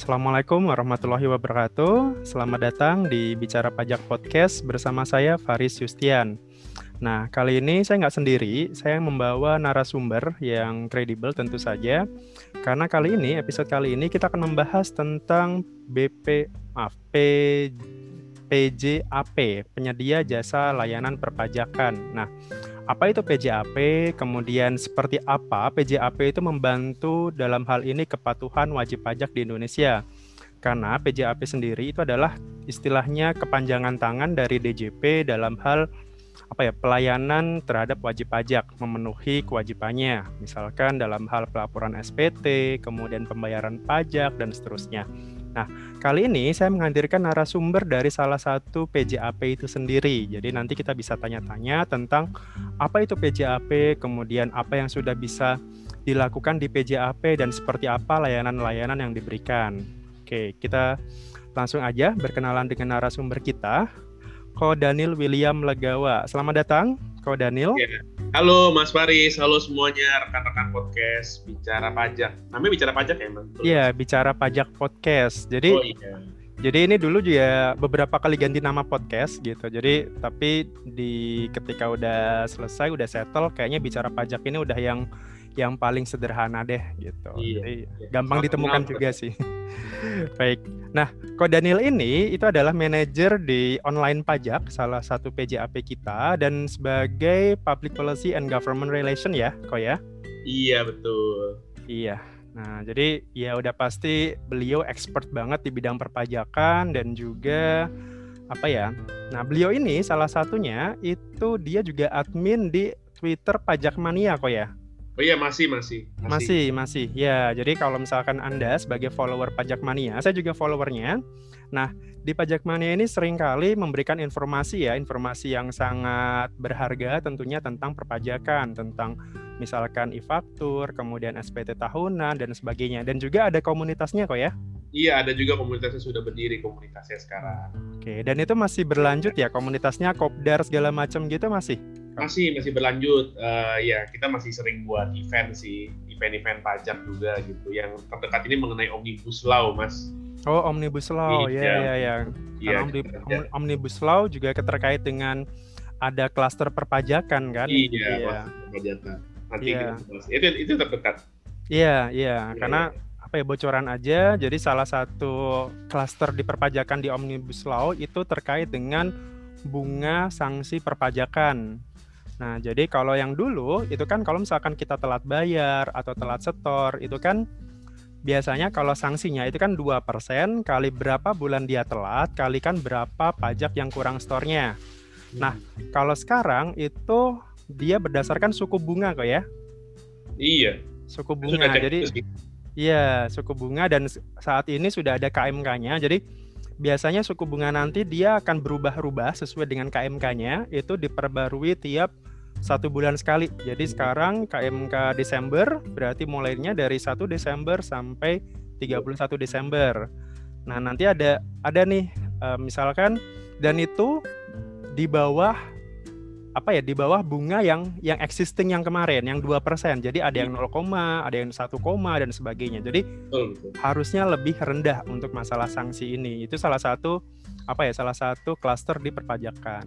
Assalamualaikum warahmatullahi wabarakatuh. Selamat datang di Bicara Pajak Podcast bersama saya Faris Yustian. Nah, kali ini saya nggak sendiri, saya membawa narasumber yang kredibel tentu saja. Karena episode kali ini kita akan membahas tentang PJAP, Penyedia Jasa Layanan Perpajakan. Nah, apa itu PJAP? Kemudian seperti apa PJAP itu membantu dalam hal ini kepatuhan wajib pajak di Indonesia? Karena PJAP sendiri itu adalah istilahnya kepanjangan tangan dari DJP dalam hal pelayanan terhadap wajib pajak, memenuhi kewajibannya. Misalkan dalam hal pelaporan SPT, kemudian pembayaran pajak dan seterusnya. Nah, kali ini saya menghadirkan narasumber dari salah satu PJAP itu sendiri. Jadi nanti kita bisa tanya-tanya tentang apa itu PJAP, kemudian apa yang sudah bisa dilakukan di PJAP dan seperti apa layanan-layanan yang diberikan. Oke, kita langsung aja berkenalan dengan narasumber kita, Ko Daniel William Legawa. Selamat datang, Ko Daniel. Ya. Halo Mas Faris, halo semuanya rekan-rekan podcast Bicara Pajak. Namanya Bicara Pajak ya, Bang? Iya, Bicara Pajak Podcast. Jadi ini dulu juga beberapa kali ganti nama podcast gitu. Jadi ketika udah selesai, udah settle, kayaknya Bicara Pajak ini udah yang paling sederhana deh gitu. Iya, jadi gampang ditemukan juga sih. Baik. Nah, Ko Daniel ini itu adalah manajer di online pajak, salah satu PJAP kita, dan sebagai Public Policy and Government Relation ya, Ko ya? Iya, betul. Iya. Nah, jadi ya udah pasti beliau expert banget di bidang perpajakan dan juga Nah, beliau ini salah satunya itu dia juga admin di Twitter Pajak Mania, Ko ya? Oh iya, masih. Ya, jadi kalau misalkan Anda sebagai follower Pajak Mania, saya juga followernya. Nah, di Pajak Mania ini seringkali memberikan informasi yang sangat berharga tentunya tentang perpajakan, tentang misalkan e-faktur, kemudian SPT tahunan, dan sebagainya. Dan juga ada komunitasnya kok ya? Iya, ada juga komunitasnya sudah berdiri, komunitasnya sekarang. Oke, dan itu masih berlanjut ya komunitasnya, kopdar segala macam gitu masih? Masih berlanjut. Ya, kita masih sering buat event pajak juga gitu. Yang terdekat ini mengenai Omnibus Law, Mas. Oh, Omnibus Law, ya. Karena Omnibus Law juga terkait dengan ada klaster perpajakan kan? Iya. Perpajakan. Nanti kita bahas. Itu terdekat. Iya. Karena bocoran aja. Jadi salah satu klaster di perpajakan di Omnibus Law itu terkait dengan bunga sanksi perpajakan. Nah, jadi kalau yang dulu itu kan kalau misalkan kita telat bayar atau telat setor, itu kan biasanya kalau sanksinya itu kan 2% kali berapa bulan dia telat, kalikan berapa pajak yang kurang stornya. Nah, kalau sekarang itu dia berdasarkan suku bunga kok ya? Iya. Suku bunga. Jadi iya, suku bunga, dan saat ini sudah ada KMK-nya. Jadi biasanya suku bunga nanti dia akan berubah-ubah sesuai dengan KMK-nya, itu diperbarui tiap 1 bulan sekali. Jadi sekarang KMK Desember berarti mulainya dari 1 Desember sampai 31 Desember. Nah, nanti ada nih misalkan, dan itu di bawah di bawah bunga yang existing yang kemarin, yang 2%. Jadi ada yang 0, ada yang 1, dan sebagainya. Jadi harusnya lebih rendah untuk masalah sanksi ini. Itu salah satu klaster di perpajakan.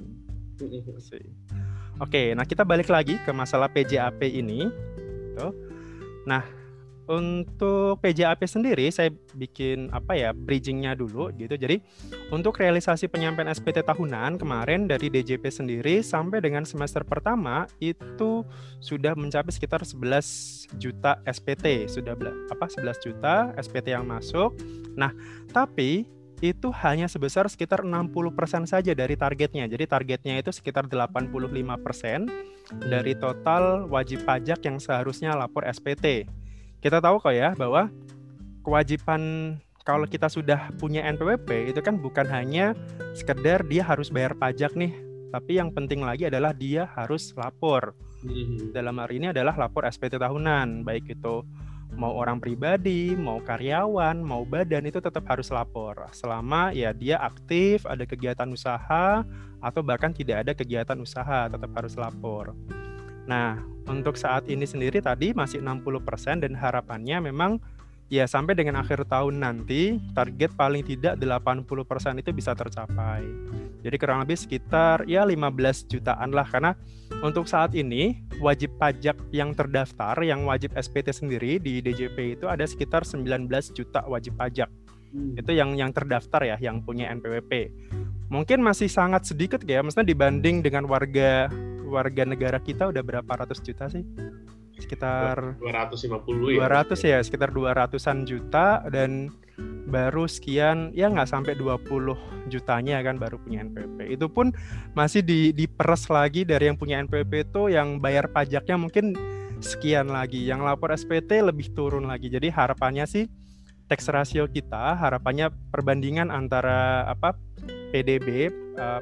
Oke, nah kita balik lagi ke masalah PJAP ini. Nah, untuk PJAP sendiri saya bikin bridgingnya dulu gitu. Jadi untuk realisasi penyampaian SPT tahunan kemarin dari DJP sendiri sampai dengan semester pertama itu sudah mencapai sekitar 11 juta SPT, sudah 11 juta SPT yang masuk. Nah, tapi itu hanya sebesar sekitar 60% saja dari targetnya. Jadi targetnya itu sekitar 85% dari total wajib pajak yang seharusnya lapor SPT. Kita tahu kok ya bahwa kewajiban kalau kita sudah punya NPWP itu kan bukan hanya sekedar dia harus bayar pajak nih, tapi yang penting lagi adalah dia harus lapor. Dalam hari ini adalah lapor SPT tahunan, baik itu mau orang pribadi, mau karyawan, mau badan, itu tetap harus lapor. Selama ya dia aktif, ada kegiatan usaha, atau bahkan tidak ada kegiatan usaha, tetap harus lapor. Nah, untuk saat ini sendiri tadi masih 60% dan harapannya memang ya sampai dengan akhir tahun nanti target paling tidak 80% itu bisa tercapai. Jadi kurang lebih sekitar ya 15 jutaan lah, karena untuk saat ini wajib pajak yang terdaftar, yang wajib SPT sendiri di DJP itu ada sekitar 19 juta wajib pajak. Itu yang terdaftar ya, yang punya NPWP. Mungkin masih sangat sedikit ya, maksudnya dibanding dengan warga negara kita udah berapa ratus juta sih? Sekitar 250 ya. 200 ya, sekitar 200-an juta, dan baru sekian ya nggak sampai 20 jutanya kan baru punya NPWP. Itu pun masih diperes lagi dari yang punya NPWP itu, yang bayar pajaknya mungkin sekian lagi, yang lapor SPT lebih turun lagi. Jadi harapannya sih tax ratio kita, harapannya perbandingan antara PDB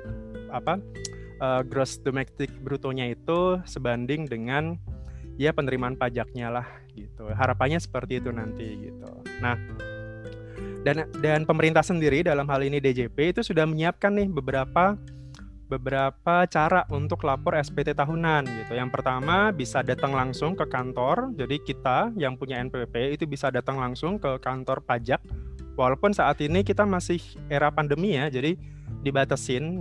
gross domestic brutonya itu sebanding dengan ya penerimaan pajaknya lah gitu. Harapannya seperti itu nanti gitu. Nah, dan pemerintah sendiri dalam hal ini DJP itu sudah menyiapkan nih beberapa cara untuk lapor SPT tahunan gitu. Yang pertama bisa datang langsung ke kantor. Jadi kita yang punya NPWP itu bisa datang langsung ke kantor pajak. Walaupun saat ini kita masih era pandemi ya, jadi dibatasin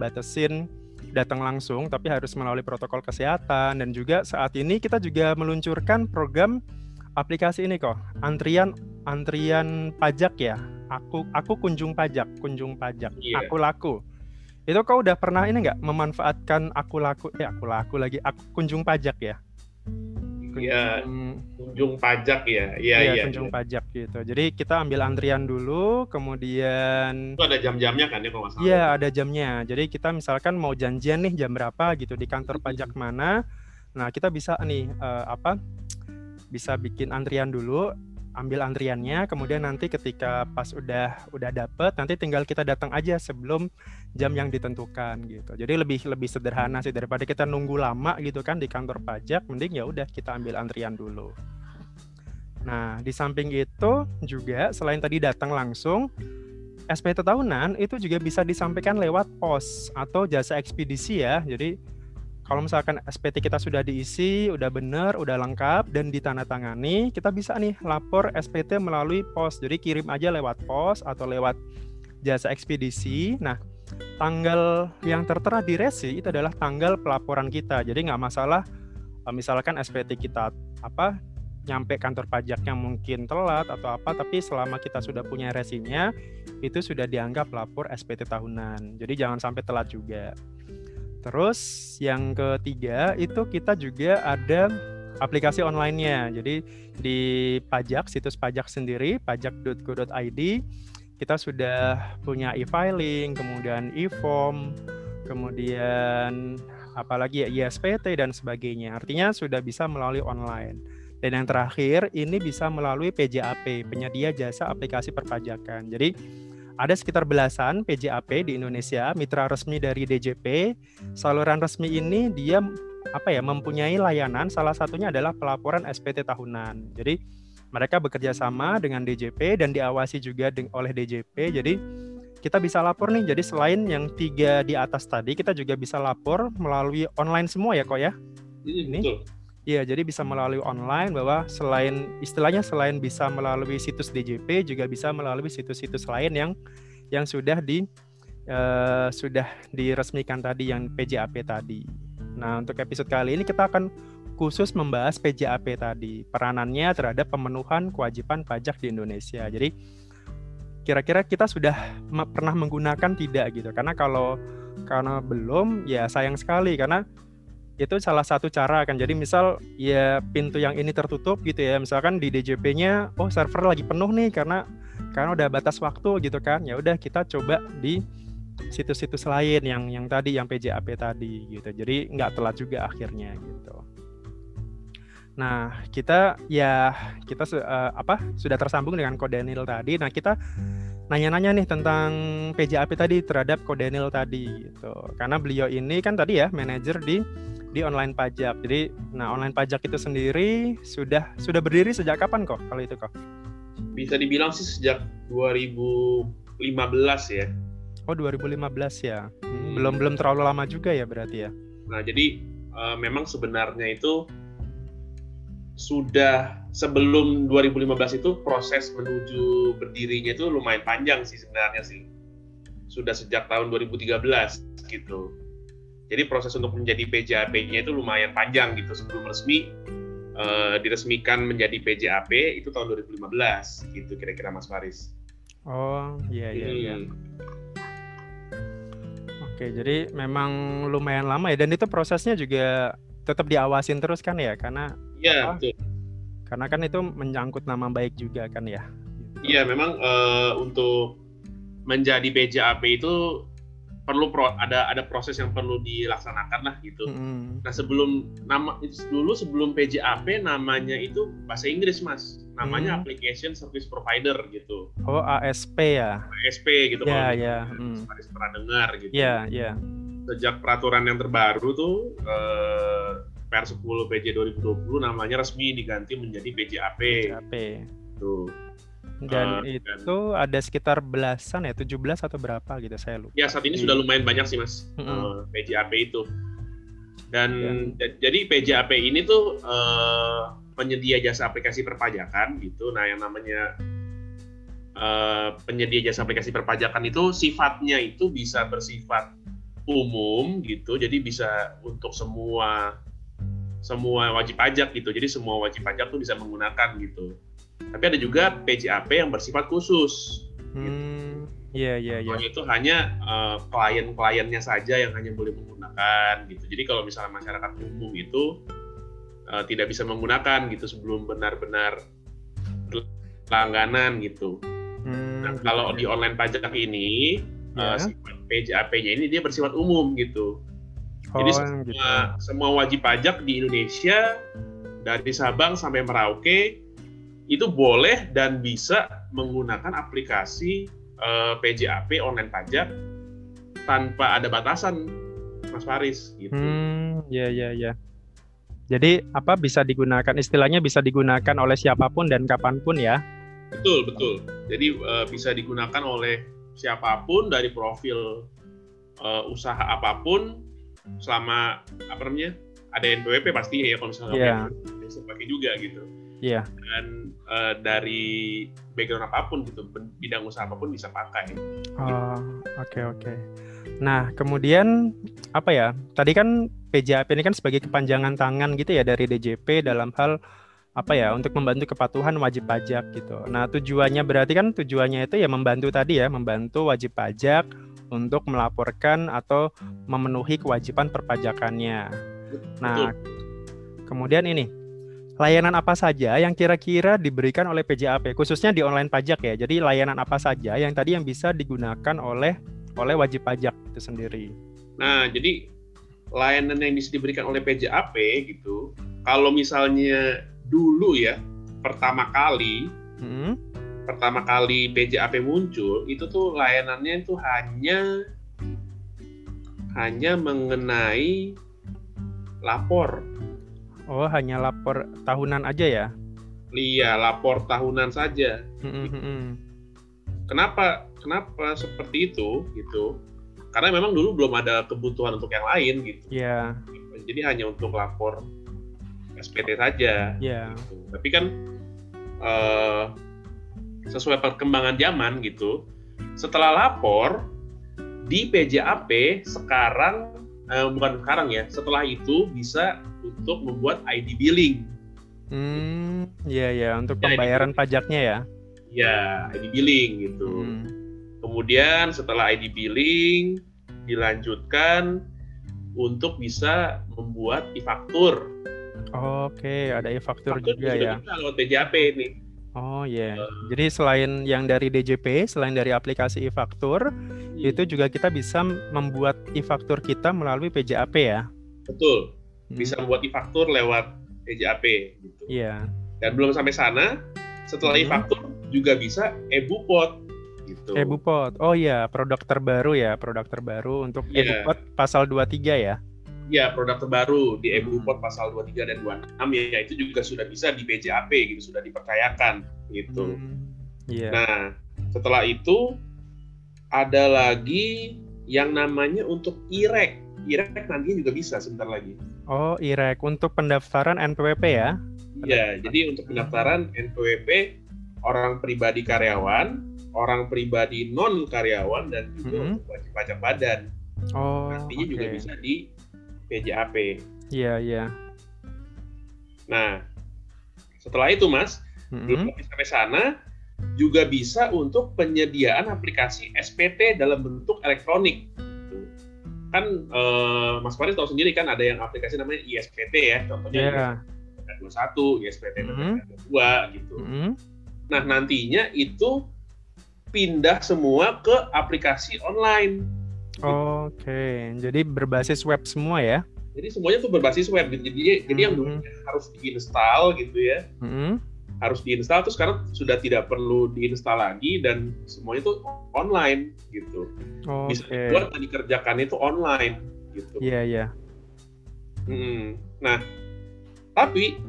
datang langsung, tapi harus melalui protokol kesehatan. Dan juga saat ini kita juga meluncurkan program aplikasi ini kok, antrian pajak ya. Aku kunjung pajak, yeah. Aku laku. Itu kau udah pernah ini nggak memanfaatkan aku kunjung pajak ya? Iya, kunjung pajak ya. Iya, kunjung pajak gitu. Jadi kita ambil antrian dulu, kemudian itu ada jam-jamnya kan ya kalau nggak salah? Iya, ada jamnya. Jadi kita misalkan mau janjian nih jam berapa gitu di kantor pajak mana. Nah, kita bisa nih bisa bikin antrian dulu, ambil antriannya, kemudian nanti ketika pas udah dapet, nanti tinggal kita datang aja sebelum jam yang ditentukan gitu. Jadi lebih sederhana sih daripada kita nunggu lama gitu kan di kantor pajak, mending ya udah kita ambil antrian dulu. Nah, di samping itu juga selain tadi datang langsung, SPT tahunan itu juga bisa disampaikan lewat pos atau jasa ekspedisi ya. Jadi kalau misalkan SPT kita sudah diisi, udah bener, udah lengkap, dan ditandatangani, kita bisa nih lapor SPT melalui pos. Jadi kirim aja lewat pos atau lewat jasa ekspedisi. Nah, tanggal yang tertera di resi itu adalah tanggal pelaporan kita. Jadi nggak masalah misalkan SPT kita nyampe kantor pajaknya mungkin telat atau apa, tapi selama kita sudah punya resinya, itu sudah dianggap lapor SPT tahunan. Jadi jangan sampai telat juga. Terus yang ketiga itu kita juga ada aplikasi online-nya. Jadi di pajak, situs pajak sendiri, pajak.go.id, kita sudah punya e-filing, kemudian e-form, kemudian apalagi ya ISPT dan sebagainya. Artinya sudah bisa melalui online. Dan yang terakhir ini bisa melalui PJAP, penyedia jasa aplikasi perpajakan. Jadi ada sekitar belasan PJAP di Indonesia, mitra resmi dari DJP. Saluran resmi ini dia mempunyai layanan, salah satunya adalah pelaporan SPT tahunan. Jadi mereka bekerja sama dengan DJP dan diawasi juga oleh DJP. Jadi kita bisa lapor nih. Jadi selain yang 3 di atas tadi, kita juga bisa lapor melalui online semua ya kok ya. Ini. Betul. Iya, jadi bisa melalui online, bahwa selain bisa melalui situs DJP, juga bisa melalui situs-situs lain yang sudah diresmikan tadi, yang PJAP tadi. Nah, untuk episode kali ini kita akan khusus membahas PJAP tadi, peranannya terhadap pemenuhan kewajiban pajak di Indonesia. Jadi kira-kira kita sudah pernah menggunakan tidak gitu? Karena belum, ya sayang sekali, karena itu salah satu cara kan. Jadi misal ya pintu yang ini tertutup gitu ya, misalkan di DJP-nya server lagi penuh nih karena udah batas waktu gitu kan, ya udah kita coba di situs-situs lain yang tadi, yang PJAP tadi gitu. Jadi nggak telat juga akhirnya gitu. Nah, kita sudah tersambung dengan Kodanil tadi. Nah, kita nanya-nanya nih tentang PJAP tadi terhadap Kodanil tadi gitu. Karena beliau ini kan tadi ya manajer di online pajak. Jadi, online pajak itu sendiri sudah berdiri sejak kapan kok kalau itu kok? Bisa dibilang sih sejak 2015 ya. Oh, 2015 ya. Belum terlalu lama juga ya berarti ya. Nah, jadi memang sebenarnya itu sudah sebelum 2015 itu proses menuju berdirinya itu lumayan panjang sih sebenarnya sih. Sudah sejak tahun 2013 gitu. Jadi proses untuk menjadi PJAP-nya itu lumayan panjang gitu sebelum resmi diresmikan menjadi PJAP itu tahun 2015 gitu kira-kira Mas Faris. Oh, iya. Oke, jadi memang lumayan lama ya, dan itu prosesnya juga tetap diawasin terus kan ya, karena Iya, betul. Karena kan itu menyangkut nama baik juga kan ya. Iya, memang untuk menjadi PJAP itu perlu ada proses yang perlu dilaksanakan lah gitu. Nah sebelum PJAP namanya itu bahasa Inggris Mas, namanya Application Service Provider gitu. Oh, ASP ya. ASP gitu kalau Faris pernah dengar gitu. Iya. Sejak peraturan yang terbaru tuh Per 10 PJ 2020 namanya resmi diganti menjadi PJAP. Tuh. Dan itu ada sekitar belasan ya, 17 atau berapa gitu, saya lupa. Ya, saat ini sudah lumayan banyak sih Mas, PJAP itu. Dan jadi PJAP ini tuh penyedia jasa aplikasi perpajakan gitu. Nah, yang namanya penyedia jasa aplikasi perpajakan itu sifatnya itu bisa bersifat umum gitu. Jadi bisa untuk semua wajib pajak gitu. Jadi semua wajib pajak tuh bisa menggunakan gitu. Tapi ada juga PJAP yang bersifat khusus. Iya. Itu hanya klien-kliennya saja yang hanya boleh menggunakan gitu. Jadi kalau misalnya masyarakat umum itu tidak bisa menggunakan gitu sebelum benar-benar langganan gitu. Nah, kalau di online pajak ini PJAP-nya ini dia bersifat umum gitu. Jadi semua wajib pajak di Indonesia dari Sabang sampai Merauke itu boleh dan bisa menggunakan aplikasi PJAP online pajak tanpa ada batasan, Mas Faris gitu. Iya. Jadi bisa digunakan, istilahnya bisa digunakan oleh siapapun dan kapanpun ya. Betul. Jadi bisa digunakan oleh siapapun dari profil usaha apapun selama ada NPWP pasti ya kalau misalnya bisa pakai juga gitu. Iya. Dan dari background apapun gitu, bidang usaha apapun bisa pakai. Oke. Nah, kemudian tadi kan PJAP ini kan sebagai kepanjangan tangan gitu ya dari DJP dalam hal untuk membantu kepatuhan wajib pajak gitu. Nah, tujuannya itu ya membantu wajib pajak untuk melaporkan atau memenuhi kewajiban perpajakannya. Nah, kemudian ini layanan apa saja yang kira-kira diberikan oleh PJAP khususnya di online pajak ya. Jadi layanan apa saja yang bisa digunakan oleh wajib pajak itu sendiri. Nah, jadi layanan yang bisa diberikan oleh PJAP gitu. Kalau misalnya dulu ya pertama kali PJAP muncul itu tuh layanannya itu hanya mengenai lapor. Oh, hanya lapor tahunan aja ya? Iya, lapor tahunan saja. Kenapa seperti itu gitu? Karena memang dulu belum ada kebutuhan untuk yang lain gitu. Iya. Jadi hanya untuk lapor SPT saja. Iya. Gitu. Tapi kan sesuai perkembangan zaman gitu, setelah lapor di PJAP setelah itu bisa untuk membuat ID billing. Iya, untuk pembayaran pajaknya ya. Ya, ID billing gitu. Kemudian setelah ID billing dilanjutkan untuk bisa membuat e-faktur. Oke, ada e-faktur juga ya. Bisa lewat PJAP ini. Oh iya. Jadi selain yang dari DJP, selain dari aplikasi e-faktur, itu juga kita bisa membuat e-faktur kita melalui PJAP ya. Betul. Bisa membuat e-faktur lewat PJAP gitu. Iya. Dan belum sampai sana, setelah e-faktur juga bisa e-Bupot gitu. E-Bupot. Oh iya, produk terbaru untuk e-Bupot pasal 23 ya. Ya, produk terbaru di e-Bupot pasal 23 dan 26 ya itu juga sudah bisa di PJAP gitu, sudah dipercayakan gitu. Nah, setelah itu ada lagi yang namanya untuk IREK. IREK nantinya juga bisa sebentar lagi. Oh, IREK untuk pendaftaran NPWP ya? Iya, jadi untuk pendaftaran NPWP orang pribadi karyawan, orang pribadi non karyawan, dan juga untuk wajib pajak badan. Nantinya juga bisa di PJAP. Iya, iya. Nah, setelah itu Mas, belum sampai sana, juga bisa untuk penyediaan aplikasi SPT dalam bentuk elektronik. Kan Mas Faris tahu sendiri kan ada yang aplikasi namanya ISPT ya, contohnya ISPT 21, ISPT 22 gitu. Nah, nantinya itu pindah semua ke aplikasi online. Jadi berbasis web semua ya? Jadi semuanya tuh berbasis web. Jadi yang dulu harus diinstal gitu ya. Harus diinstal, terus sekarang sudah tidak perlu diinstal lagi dan semuanya tuh online gitu. Bisa dibuat dan dikerjakan itu online gitu. Iya, iya. Nah, tapi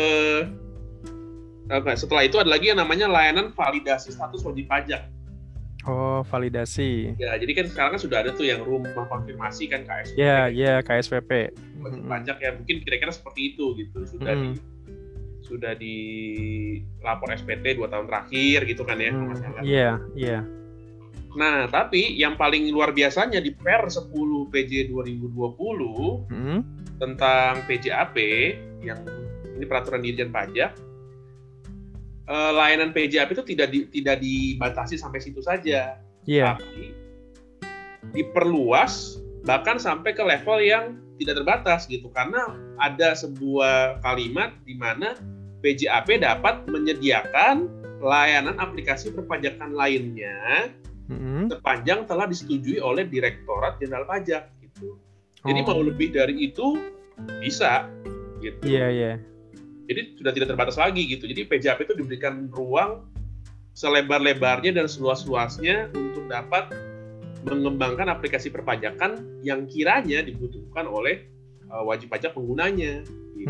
setelah itu ada lagi yang namanya layanan validasi status wajib pajak. Validasi. Ya, jadi kan sekarang kan sudah ada tuh yang rumah konfirmasi kan, KSWP. Iya, KSWP. Wajib pajak ya, mungkin kira-kira seperti itu gitu. Sudah di lapor SPT 2 tahun terakhir gitu kan ya. Iya. Nah, tapi yang paling luar biasanya di Per 10 PJ 2020 tentang PJAP, yang ini peraturan Dirjen Pajak, layanan PJAP itu tidak dibatasi sampai situ saja, tapi diperluas bahkan sampai ke level yang tidak terbatas gitu, karena ada sebuah kalimat di mana PJAP dapat menyediakan layanan aplikasi perpajakan lainnya sepanjang telah disetujui oleh Direktorat Jenderal Pajak gitu. Jadi mau lebih dari itu bisa gitu. Iya. Jadi sudah tidak terbatas lagi gitu. Jadi PJAP itu diberikan ruang selebar-lebarnya dan seluas-luasnya untuk dapat mengembangkan aplikasi perpajakan yang kiranya dibutuhkan oleh wajib pajak penggunanya. Gitu.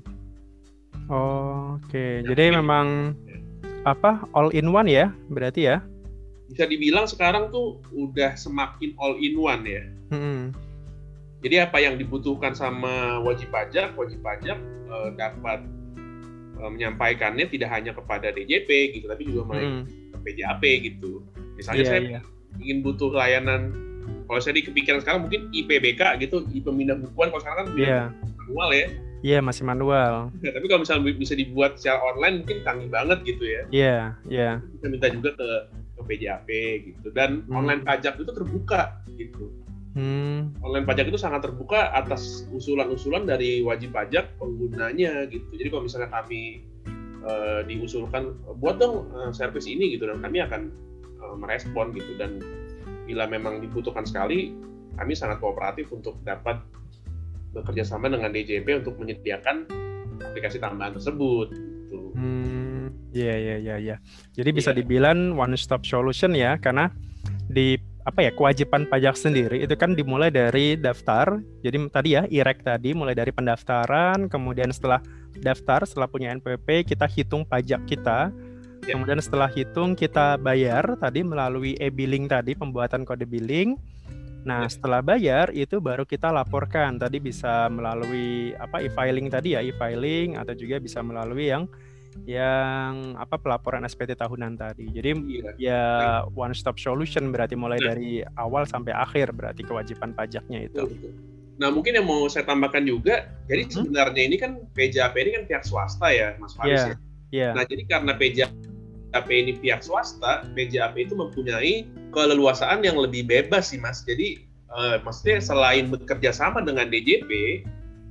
Jadi memang all in one ya, berarti ya? Bisa dibilang sekarang tuh udah semakin all in one ya. Jadi apa yang dibutuhkan sama wajib pajak dapat menyampaikannya tidak hanya kepada DJP gitu, tapi juga melalui PJAP gitu. Misalnya saya ingin butuh layanan, kalau saya di kepikiran sekarang mungkin IPBK gitu, pemindah bukuan, kalau sekarang kan manual ya. Iya, masih manual. Tapi kalau misalnya bisa dibuat secara online mungkin canggih banget gitu ya. Iya. Bisa minta juga ke PJAP gitu. Dan online pajak itu terbuka gitu. Online pajak itu sangat terbuka atas usulan-usulan dari wajib pajak penggunanya gitu. Jadi kalau misalnya kami diusulkan buat dong servis ini gitu, dan kami akan merespon gitu, dan bila memang dibutuhkan sekali, kami sangat kooperatif untuk dapat bekerja sama dengan DJP untuk menyediakan aplikasi tambahan tersebut gitu. Iya. Jadi bisa dibilang one stop solution ya, karena di kewajiban pajak sendiri itu kan dimulai dari daftar. Jadi tadi ya IREK tadi mulai dari pendaftaran, kemudian setelah daftar, setelah punya NPWP kita hitung pajak kita. Kemudian setelah hitung kita bayar tadi melalui e-billing tadi, pembuatan kode billing. Nah, setelah bayar itu baru kita laporkan. Tadi bisa melalui e-filing tadi ya, e-filing, atau juga bisa melalui yang pelaporan SPT tahunan tadi. Jadi ya one stop solution berarti mulai dari awal sampai akhir berarti kewajiban pajaknya itu. Nah, mungkin yang mau saya tambahkan juga, jadi sebenarnya ini kan PJAP ini kan pihak swasta ya, Mas Faris ya. Nah, jadi karena PJAP ini pihak swasta, PJAP itu mempunyai keleluasaan yang lebih bebas sih, Mas. Jadi maksudnya selain bekerja sama dengan DJP,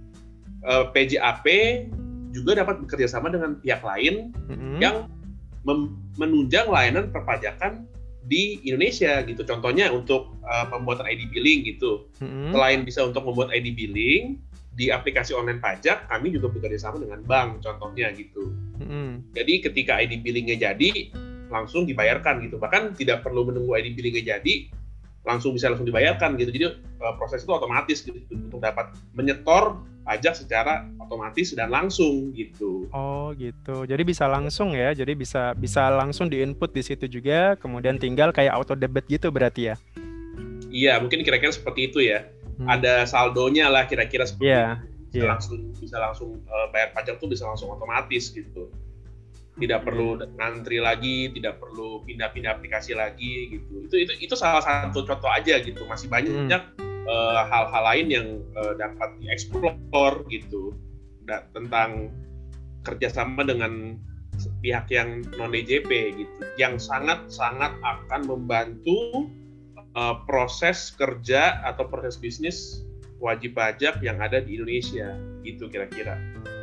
PJAP juga dapat bekerja sama dengan pihak lain yang menunjang layanan perpajakan di Indonesia gitu. Contohnya untuk pembuatan ID billing gitu. Selain bisa untuk membuat ID billing di aplikasi online pajak, kami juga bekerja sama dengan bank contohnya gitu. Jadi ketika ID billingnya jadi, langsung dibayarkan gitu. Bahkan tidak perlu menunggu ID billingnya jadi, langsung dibayarkan gitu. Jadi proses itu otomatis gitu, untuk dapat menyetor pajak secara otomatis dan langsung gitu. Oh gitu. Jadi bisa langsung ya. Jadi bisa langsung diinput di situ juga, kemudian tinggal kayak auto debit gitu berarti ya. Iya, mungkin kira-kira seperti itu ya. Ada saldonya lah kira-kira seperti itu. bisa langsung bayar pajak tuh bisa langsung otomatis gitu. Tidak perlu ngantri lagi, tidak perlu pindah-pindah aplikasi lagi gitu. Itu salah satu contoh aja gitu. Masih banyak hal-hal lain yang dapat dieksplor gitu tentang kerjasama dengan pihak yang non DJP gitu, yang sangat akan membantu proses kerja atau proses bisnis wajib pajak yang ada di Indonesia gitu kira-kira.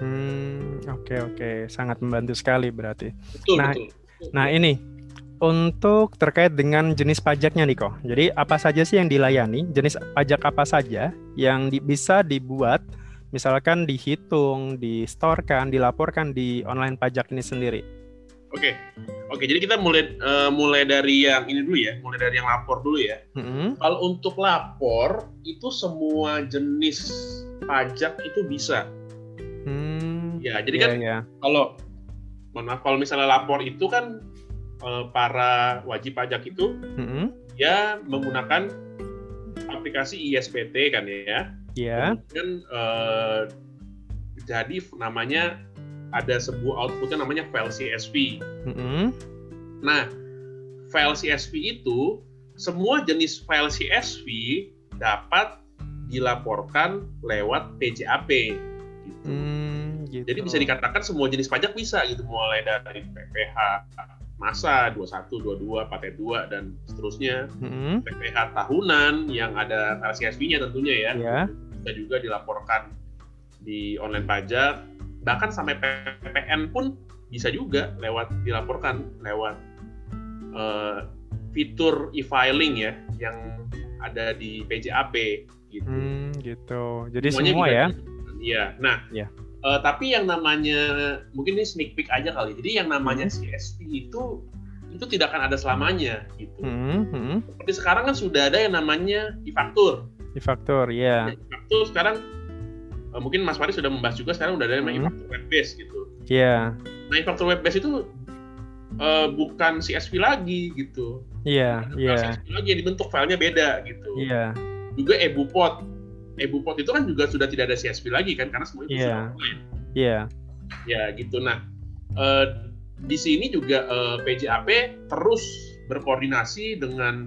Oke, sangat membantu sekali berarti. Betul. Nah ini untuk terkait dengan jenis pajaknya nih kok. Jadi apa saja sih yang dilayani? Jenis pajak apa saja yang bisa dibuat, misalkan dihitung, distorkan, dilaporkan di online pajak ini sendiri? Oke. Jadi kita mulai dari yang ini dulu ya, mulai dari yang lapor dulu ya. Kalau untuk lapor itu semua jenis pajak itu bisa. Ya, jadi kan kalau misalnya lapor itu kan para wajib pajak itu dia menggunakan aplikasi ISPT kan ya. Kemudian jadi namanya ada sebuah outputnya namanya file CSV. Nah, file CSV itu semua jenis file CSV dapat dilaporkan lewat PJAP. Gitu. Jadi bisa dikatakan semua jenis pajak bisa gitu, mulai dari PPh masa 21, 22, paket 2 dan seterusnya. PPh tahunan yang ada CSV-nya tentunya ya. Bisa juga dilaporkan di online pajak, bahkan sampai PPN pun bisa juga dilaporkan lewat fitur e-filing ya yang ada di PJAP gitu. Gitu. Jadi semuanya semua ya. Iya. Nah, tapi yang namanya mungkin ini sneak peek aja kali. Jadi yang namanya CSV itu tidak akan ada selamanya gitu. Seperti sekarang kan sudah ada yang namanya e-faktur. E-faktur, ya. E-faktur sekarang mungkin Mas Faris sudah membahas juga, sekarang udah ada yang namanya e-faktur web based gitu. Iya. Nah, e-faktur web based itu bukan CSV lagi gitu. Iya. CSV lagi yang dibentuk filenya beda gitu. Iya. Juga e-bupot itu kan juga sudah tidak ada CSV lagi kan, karena semua itu sudah online. Iya. Ya gitu. Nah, di sini juga PJAP terus berkoordinasi dengan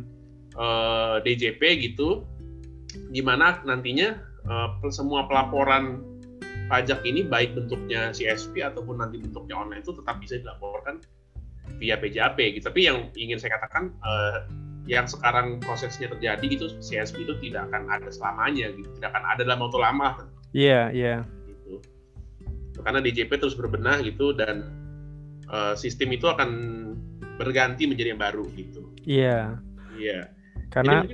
DJP gitu, di mana nantinya semua pelaporan pajak ini baik bentuknya CSV ataupun nanti bentuknya online itu tetap bisa dilaporkan via PJAP gitu. Tapi yang ingin saya katakan yang sekarang prosesnya terjadi gitu, CSV itu tidak akan ada selamanya gitu, tidak akan ada dalam waktu lama. Iya. Gitu. Karena DJP terus berbenah gitu dan sistem itu akan berganti menjadi yang baru gitu. Iya. Karena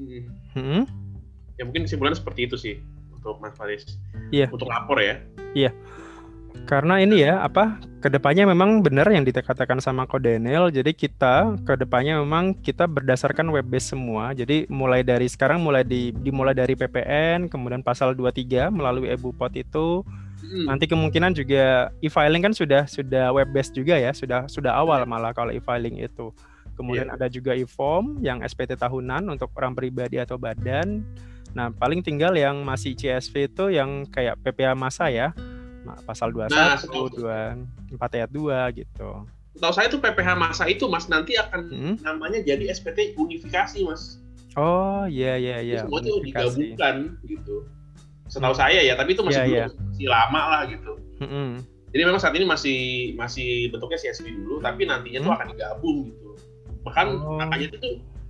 mungkin kesimpulannya seperti itu sih untuk Mas Faris. Iya. Untuk lapor ya. Iya. Karena ini ya, kedepannya memang benar yang dikatakan sama Ko Daniel. Jadi kita kedepannya memang kita berdasarkan web base semua. Jadi mulai dari sekarang dimulai dari PPN, kemudian pasal 23 melalui e-bupot itu. Nanti kemungkinan juga e-filing kan sudah web base juga ya, sudah awal malah kalau e-filing itu. Kemudian ada juga e-form yang SPT tahunan untuk orang pribadi atau badan. Nah, paling tinggal yang masih CSV itu yang kayak PPh masa ya. Pasal 21, 24 ayat 2 gitu. Tahu saya tuh PPh masa itu Mas nanti akan namanya jadi SPT unifikasi Mas. Oh iya. Semua itu digabungkan gitu. Setahu saya ya, tapi itu masih lama lah gitu. Jadi memang saat ini masih bentuknya CSV dulu, tapi nantinya tuh akan digabung gitu. Bahkan makanya itu tuh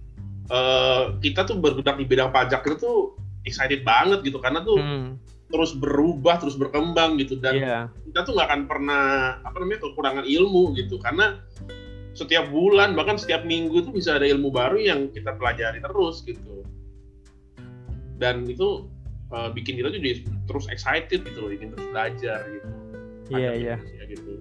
kita tuh bergerak di bidang pajak itu tuh excited banget gitu, karena tuh terus berubah, terus berkembang gitu, dan kita tuh nggak akan pernah kekurangan ilmu gitu, karena setiap bulan bahkan setiap minggu tuh bisa ada ilmu baru yang kita pelajari terus gitu, dan itu bikin kita tuh terus excited gitu loh, ingin terus belajar gitu. Iya. Gitu.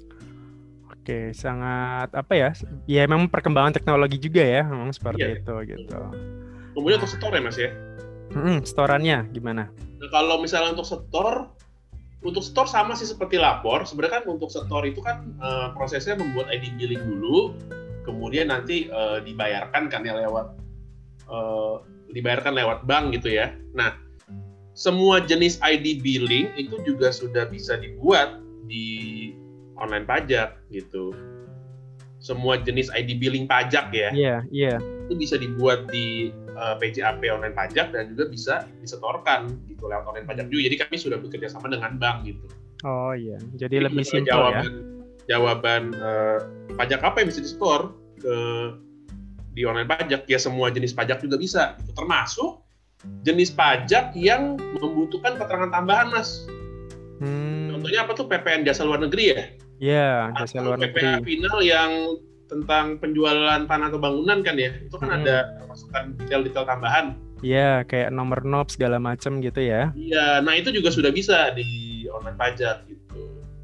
Oke, sangat ya memang perkembangan teknologi juga ya, memang seperti itu gitu. Kemudian untuk store ya Mas ya. Storannya gimana? Nah, kalau misalnya untuk store sama sih seperti lapor. Sebenarnya kan untuk store itu kan prosesnya membuat ID billing dulu, kemudian nanti dibayarkan kan ya dibayarkan lewat bank gitu ya. Nah, semua jenis ID billing itu juga sudah bisa dibuat di online pajak gitu. Semua jenis ID billing pajak ya. Itu bisa dibuat di PJAP online pajak dan juga bisa disetorkan gitu lewat online pajak juga. Jadi kami sudah bekerja sama dengan bank gitu. Oh iya, jadi lebih simpel ya. Jawaban pajak apa yang bisa disetor di online pajak? Ya semua jenis pajak juga bisa, gitu. Termasuk jenis pajak yang membutuhkan keterangan tambahan, Mas. Contohnya apa tuh? PPN jasa luar negeri ya? Iya, jasa luar negeri. PPN final yang tentang penjualan tanah atau bangunan kan ya? Itu kan ada masukan detail-detail tambahan. Iya, kayak nomor NOP segala macam gitu ya. Iya, nah itu juga sudah bisa di online pajak gitu.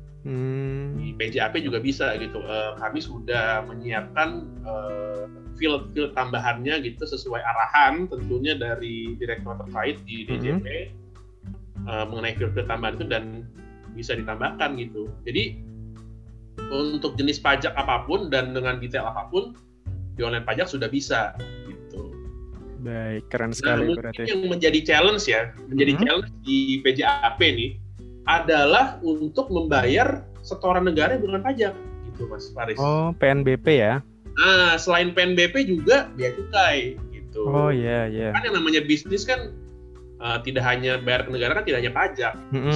Di PJAP juga bisa gitu. Kami sudah menyiapkan field tambahannya gitu sesuai arahan tentunya dari direktur terkait di DJP mengenai field tambahan itu dan bisa ditambahkan gitu. Jadi untuk jenis pajak apapun dan dengan detail apapun di online pajak sudah bisa gitu. Baik, keren sekali berarti. Yang menjadi challenge challenge di PJAP nih adalah untuk membayar setoran negara yang bukan pajak gitu, Mas Faris. Oh, PNBP ya? Nah, selain PNBP juga bea cukai gitu. Oh iya. Kan yang namanya bisnis kan tidak hanya bayar ke negara kan tidak hanya pajak,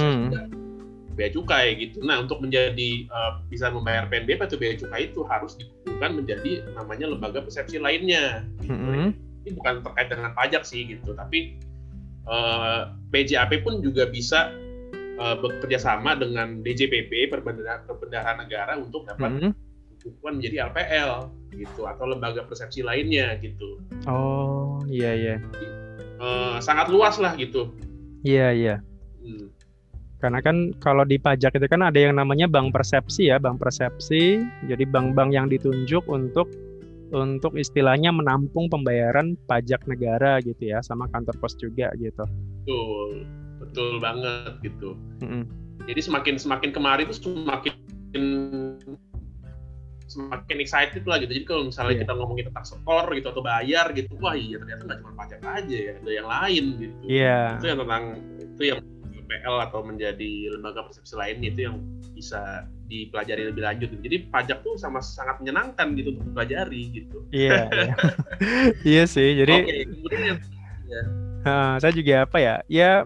bea cukai gitu. Nah, untuk menjadi bisa membayar PNBP atau bea cukai itu harus dikumpulkan menjadi namanya lembaga persepsi lainnya. Gitu. Ini bukan terkait dengan pajak sih gitu, tapi PJAP pun juga bisa bekerja sama dengan DJPP Perbendaharaan Negara untuk dapat hukuman menjadi LPL gitu atau lembaga persepsi lainnya gitu. Oh iya. Jadi, sangat luas lah gitu. Iya. Karena kan kalau di pajak itu kan ada yang namanya bank persepsi ya, bank persepsi. Jadi bank-bank yang ditunjuk untuk istilahnya menampung pembayaran pajak negara gitu ya, sama kantor pos juga gitu. Betul banget gitu. Jadi semakin kemarin itu semakin excited lah gitu. Jadi kalau misalnya kita ngomongin tentang setor gitu atau bayar gitu, wah iya ternyata nggak cuma pajak aja ya, ada yang lain gitu. Itu yang PL atau menjadi lembaga persepsi lain itu yang bisa dipelajari lebih lanjut. Jadi pajak tuh sangat menyenangkan gitu untuk dipelajari gitu. Iya. Iya sih. Jadi kemudian saya juga ya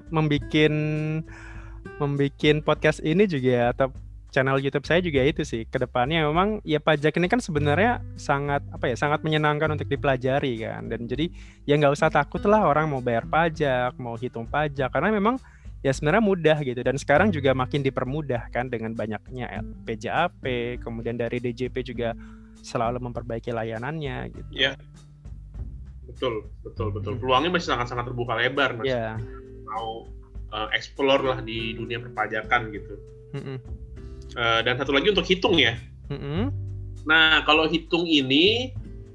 membikin podcast ini juga atau channel YouTube saya juga itu sih kedepannya memang ya pajak ini kan sebenarnya sangat menyenangkan untuk dipelajari kan, dan jadi ya nggak usah takut lah orang mau bayar pajak, mau hitung pajak, karena memang ya sebenarnya mudah gitu, dan sekarang juga makin dipermudah kan dengan banyaknya PJAP, kemudian dari DJP juga selalu memperbaiki layanannya gitu. Iya. Betul. Peluangnya masih sangat terbuka lebar, Mas. Yeah. Mau explore lah di dunia perpajakan gitu. Dan satu lagi untuk hitung ya. Nah, kalau hitung ini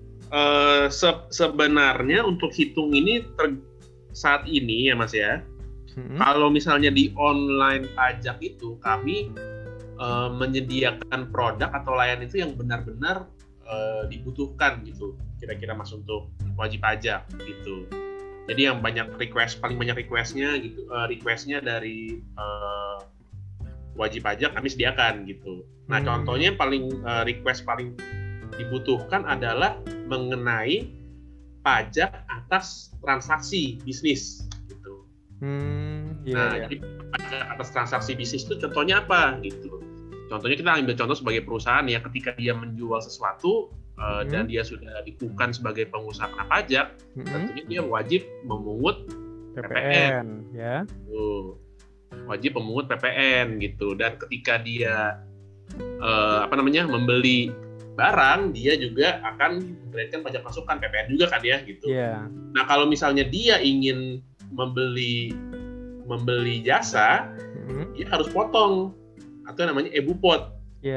sebenarnya untuk hitung ini saat ini ya, Mas ya. Kalau misalnya di online pajak itu kami menyediakan produk atau layanan itu yang benar-benar dibutuhkan gitu, kira-kira Mas, untuk wajib pajak gitu. Jadi yang paling banyak requestnya gitu, requestnya dari wajib pajak kami sediakan gitu. Nah, contohnya request paling dibutuhkan adalah mengenai pajak atas transaksi bisnis gitu. Jadi pajak atas transaksi bisnis itu contohnya apa gitu. Contohnya kita ambil contoh sebagai perusahaan ya, ketika dia menjual sesuatu dan dia sudah dikukuhkan sebagai pengusaha kena pajak, tentunya dia wajib memungut PPN ya. Wajib memungut PPN gitu. Dan ketika dia membeli barang, dia juga akan memberikan pajak masukan PPN juga kan ya gitu. Nah, kalau misalnya dia ingin membeli jasa, dia harus potong atau namanya EBUPOT.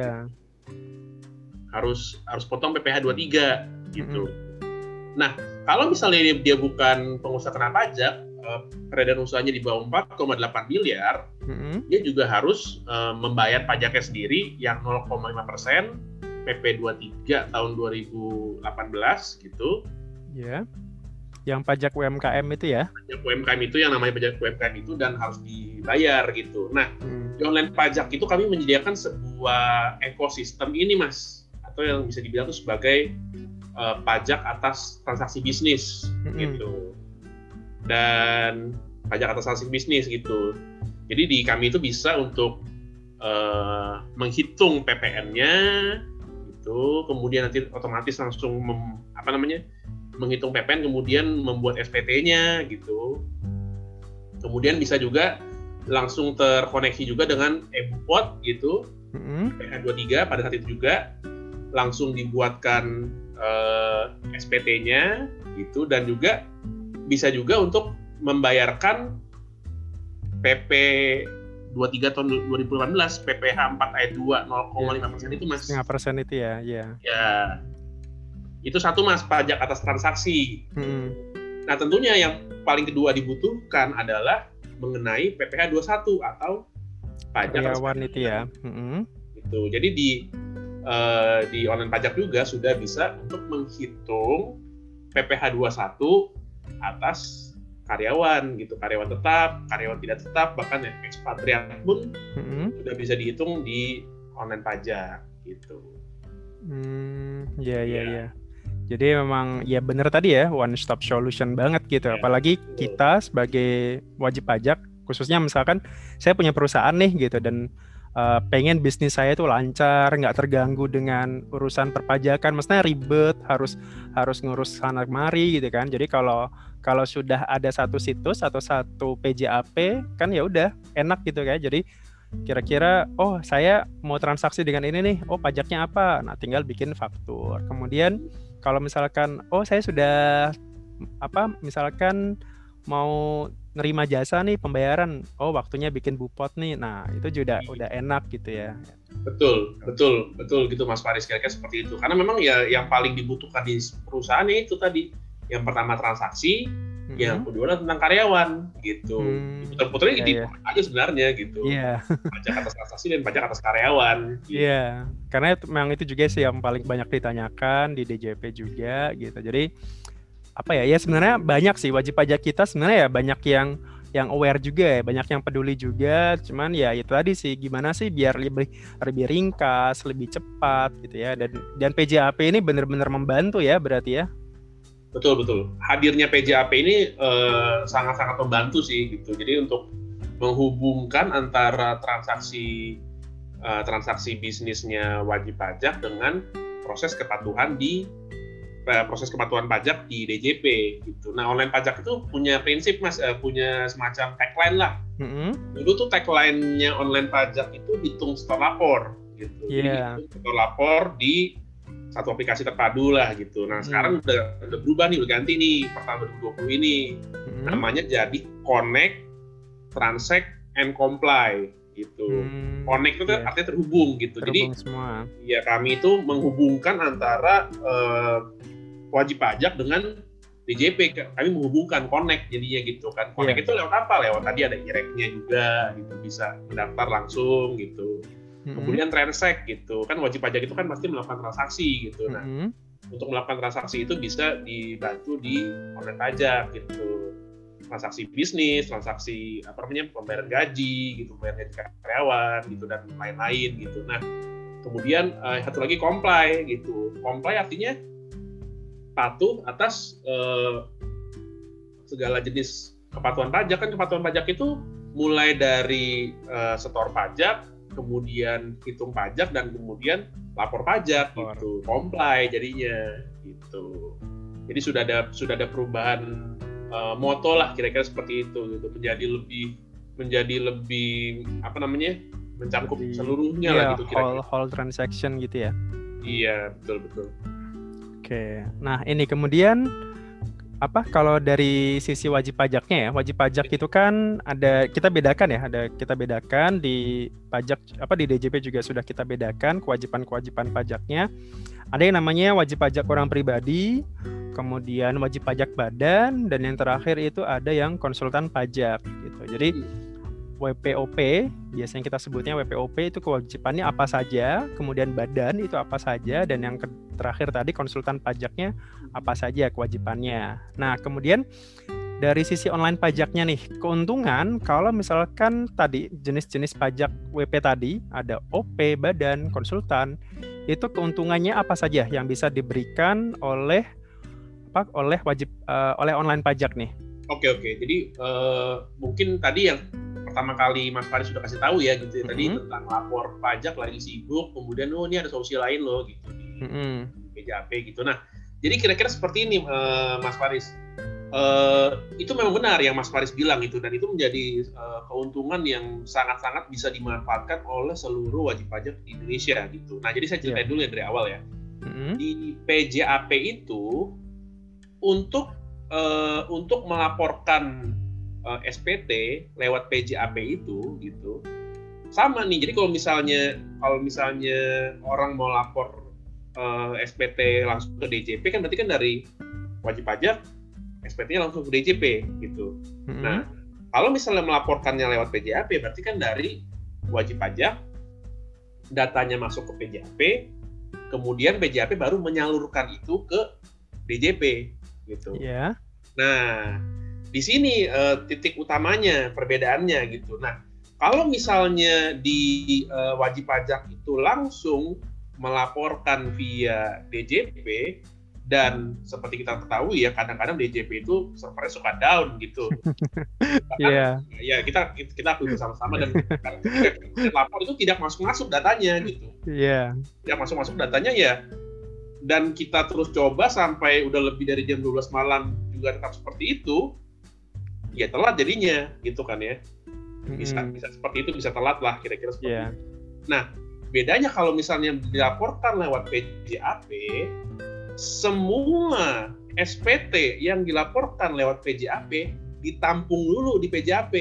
Harus potong PPh 23 gitu. Nah, kalau misalnya dia bukan pengusaha kena pajak, peredaran usahanya di bawah 4,8 miliar, dia juga harus membayar pajaknya sendiri yang 0,5% PP 23 tahun 2018 gitu. Yang pajak UMKM itu ya? Pajak UMKM itu yang namanya pajak UMKM itu dan harus dibayar gitu. Nah, di online pajak itu kami menyediakan sebuah ekosistem ini, Mas, atau yang bisa dibilang itu sebagai pajak atas transaksi bisnis gitu. Dan pajak atas transaksi bisnis gitu. Jadi di kami itu bisa untuk menghitung PPN-nya gitu, kemudian nanti otomatis langsung menghitung PPN, kemudian membuat SPT-nya gitu. Kemudian bisa juga langsung terkoneksi juga dengan eBupot gitu, PH23 pada saat itu juga langsung dibuatkan SPT-nya gitu, dan juga bisa juga untuk membayarkan PP 23 tahun 2018, PPh 4 ayat 2 0,5% itu, Mas. 0,5% itu ya, iya. Ya. Itu satu, Mas, pajak atas transaksi. Nah, tentunya yang paling kedua dibutuhkan adalah mengenai PPh 21 atau pajak karyawan itu ya. Gitu. Jadi di online pajak juga sudah bisa untuk menghitung PPh 21 atas karyawan gitu, karyawan tetap, karyawan tidak tetap, bahkan yang ekspatriat pun sudah bisa dihitung di online pajak gitu. Ya. Jadi memang ya benar tadi ya, one stop solution banget gitu. Apalagi kita sebagai wajib pajak, khususnya misalkan saya punya perusahaan nih gitu, dan pengen bisnis saya itu lancar, nggak terganggu dengan urusan perpajakan, maksudnya ribet, harus ngurus sana kemari gitu kan. Jadi kalau sudah ada satu situs atau satu PJAP kan ya udah enak gitu kan. Jadi kira-kira oh saya mau transaksi dengan ini nih, oh pajaknya apa, nah tinggal bikin faktur. Kemudian kalau misalkan oh saya sudah misalkan mau nerima jasa nih pembayaran, oh waktunya bikin bupot nih, nah itu juga udah enak gitu ya. Betul gitu, Mas Faris, kira-kira seperti itu. Karena memang ya yang paling dibutuhkan di perusahaan itu tadi, yang pertama transaksi, yang kedua tentang karyawan gitu. Putar-putarnya gitu aja sebenarnya gitu. Pajak atas transaksi dan pajak atas karyawan. Iya, karena memang itu juga sih yang paling banyak ditanyakan di DJP juga gitu. Jadi ya sebenarnya banyak sih wajib pajak kita sebenarnya ya, banyak yang aware juga ya, banyak yang peduli juga. Cuman ya itu tadi sih, gimana sih biar lebih ringkas, lebih cepat gitu ya. Dan PJAP ini benar-benar membantu ya berarti ya. Betul. Hadirnya PJAP ini sangat-sangat membantu sih gitu. Jadi untuk menghubungkan antara transaksi bisnisnya wajib pajak dengan proses kepatuhan pajak di DJP gitu. Nah, online pajak itu punya prinsip, Mas, punya semacam tagline lah. Dulu tuh tagline-nya online pajak itu hitung setor lapor gitu. Jadi hitung setor lapor di satu aplikasi terpadu lah gitu. Nah, sekarang udah berubah nih, udah ganti nih per tahun 2020 ini. Namanya jadi Connect, Transact, and Comply gitu. Connect itu artinya terhubung gitu. Jadi semua. Ya kami itu menghubungkan antara wajib pajak dengan DJP, kami menghubungkan connect jadinya gitu kan. Connect itu lewat apa? Lewat tadi ada IREC-nya juga gitu, bisa mendaftar langsung gitu. Kemudian transact gitu kan, wajib pajak itu kan pasti melakukan transaksi gitu. Nah, untuk melakukan transaksi itu bisa dibantu di online pajak gitu. Transaksi bisnis, transaksi pembayaran gaji gitu, pembayaran gaji karyawan gitu, dan lain-lain gitu. Nah, kemudian satu lagi comply gitu. Comply artinya patuh atas segala jenis kepatuhan pajak. Kan kepatuhan pajak itu mulai dari setor pajak, kemudian hitung pajak, dan kemudian lapor pajak gitu. Comply jadinya gitu. Jadi sudah ada perubahan moto lah kira-kira seperti itu gitu. Menjadi lebih mencangkup seluruhnya lah gitu kira-kira. Whole transaction gitu ya. Iya, betul. Oke, nah ini kemudian kalau dari sisi wajib pajaknya ya, wajib pajak itu kan kita bedakan di pajak di DJP juga sudah kita bedakan kewajiban pajaknya. Ada yang namanya wajib pajak orang pribadi, kemudian wajib pajak badan, dan yang terakhir itu ada yang konsultan pajak gitu. Jadi WPOP, biasanya kita sebutnya WPOP, itu kewajibannya apa saja, kemudian badan itu apa saja, dan yang terakhir tadi konsultan pajaknya apa saja kewajibannya. Nah, kemudian dari sisi online pajaknya nih, keuntungan kalau misalkan tadi jenis-jenis pajak WP tadi ada OP, badan, konsultan, itu keuntungannya apa saja yang bisa diberikan oleh oleh online pajak nih? Oke. Jadi mungkin tadi yang pertama kali Mas Faris sudah kasih tahu ya gitu ya, tadi tentang lapor pajak lagi sibuk, kemudian ini ada solusi lain loh gitu di PJAP gitu. Nah, jadi kira-kira seperti ini Mas Faris. Itu memang benar yang Mas Faris bilang itu, dan itu menjadi keuntungan yang sangat-sangat bisa dimanfaatkan oleh seluruh wajib pajak di Indonesia gitu. Nah, jadi saya ceritain dulu ya dari awal ya. Di PJAP itu untuk melaporkan SPT lewat PJAP itu gitu sama nih. Jadi kalau misalnya orang mau lapor SPT langsung ke DJP kan berarti kan dari wajib pajak SPT-nya langsung ke DJP gitu. Nah, kalau misalnya melaporkannya lewat PJAP berarti kan dari wajib pajak datanya masuk ke PJAP, kemudian PJAP baru menyalurkan itu ke DJP gitu. Yeah. Nah, di sini titik utamanya perbedaannya gitu. Nah, kalau misalnya di wajib pajak itu langsung melaporkan via DJP, dan seperti kita ketahui ya, kadang-kadang DJP itu servernya suka down gitu. Iya. Ya kita akui bersama-sama, dan lapor itu tidak masuk datanya gitu. Iya. Tidak masuk datanya ya. Dan kita terus coba sampai udah lebih dari jam 12 malam juga tetap seperti itu. Ya telat jadinya gitu kan ya. Bisa seperti itu, bisa telat lah kira-kira seperti itu. Nah, bedanya kalau misalnya dilaporkan lewat PJAP, semua SPT yang dilaporkan lewat PJAP ditampung dulu di PJAP.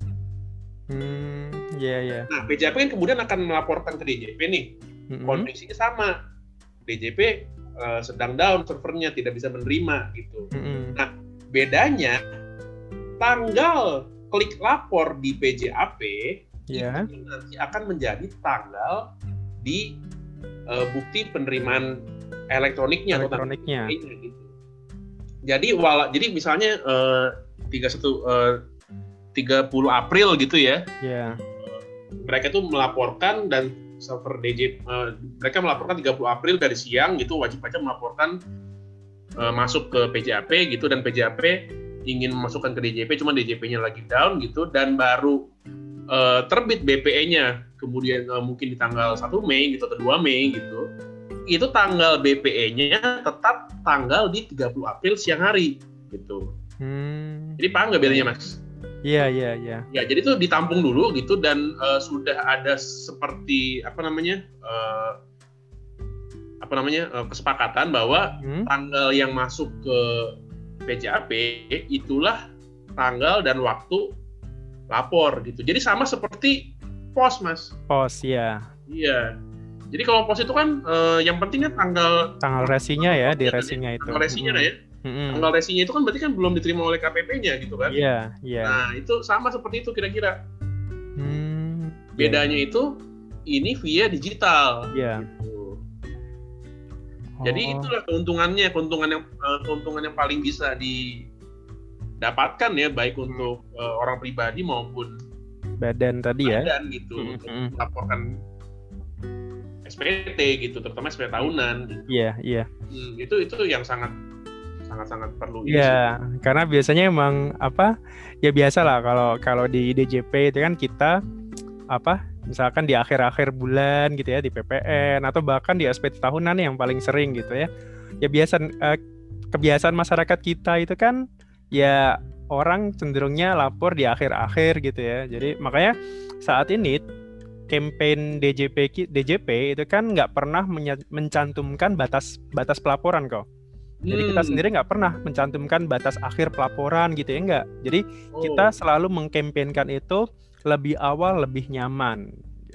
Nah, PJAP kan kemudian akan melaporkan ke DJP nih. Kondisinya sama. DJP sedang down servernya, tidak bisa menerima gitu. Nah, bedanya tanggal klik lapor di PJAP itu nanti akan menjadi tanggal di bukti penerimaan elektroniknya. Gitu. Jadi misalnya 30 April gitu ya. Mereka tuh melaporkan, dan server DJP mereka melaporkan 30 April dari siang gitu, wajib pajak melaporkan masuk ke PJAP gitu, dan PJAP ingin memasukkan ke DJP, cuma DJP-nya lagi down gitu, dan baru terbit BPE-nya kemudian mungkin di tanggal 1 Mei gitu atau 2 Mei gitu. Itu tanggal BPE-nya tetap tanggal di 30 April siang hari gitu. Jadi paham nggak bedanya, Mas? Iya. Ya, jadi itu ditampung dulu gitu, dan sudah ada seperti kesepakatan bahwa tanggal yang masuk ke PJAP itulah tanggal dan waktu lapor gitu. Jadi sama seperti pos, Mas. Pos, ya. Iya. Jadi kalau pos itu kan yang penting kan tanggal resinya ya, di resinya itu. Tanggal resinya ya. Tanggal resinya itu kan berarti kan belum diterima oleh KPP-nya gitu kan. Iya. Nah, itu sama seperti itu kira-kira. Bedanya itu ini via digital. Iya. Gitu. Jadi itulah keuntungan yang paling bisa didapatkan ya, baik untuk orang pribadi maupun badan tadi ya. Badan gitu, untuk melaporkan SPT gitu, terutama SPT tahunan. Gitu. Iya. Itu yang sangat perlu. Iya, karena biasanya emang ya biasa lah kalau di DJP itu kan kita misalkan di akhir-akhir bulan gitu ya, di PPN atau bahkan di SPT tahunan yang paling sering gitu ya. Ya kebiasaan masyarakat kita itu kan ya orang cenderungnya lapor di akhir-akhir gitu ya. Jadi makanya saat ini campaign DJP itu kan nggak pernah mencantumkan batas pelaporan kok. Jadi kita sendiri nggak pernah mencantumkan batas akhir pelaporan gitu ya, nggak. Jadi kita selalu mengkampanyekan itu lebih awal, lebih nyaman. Gitu.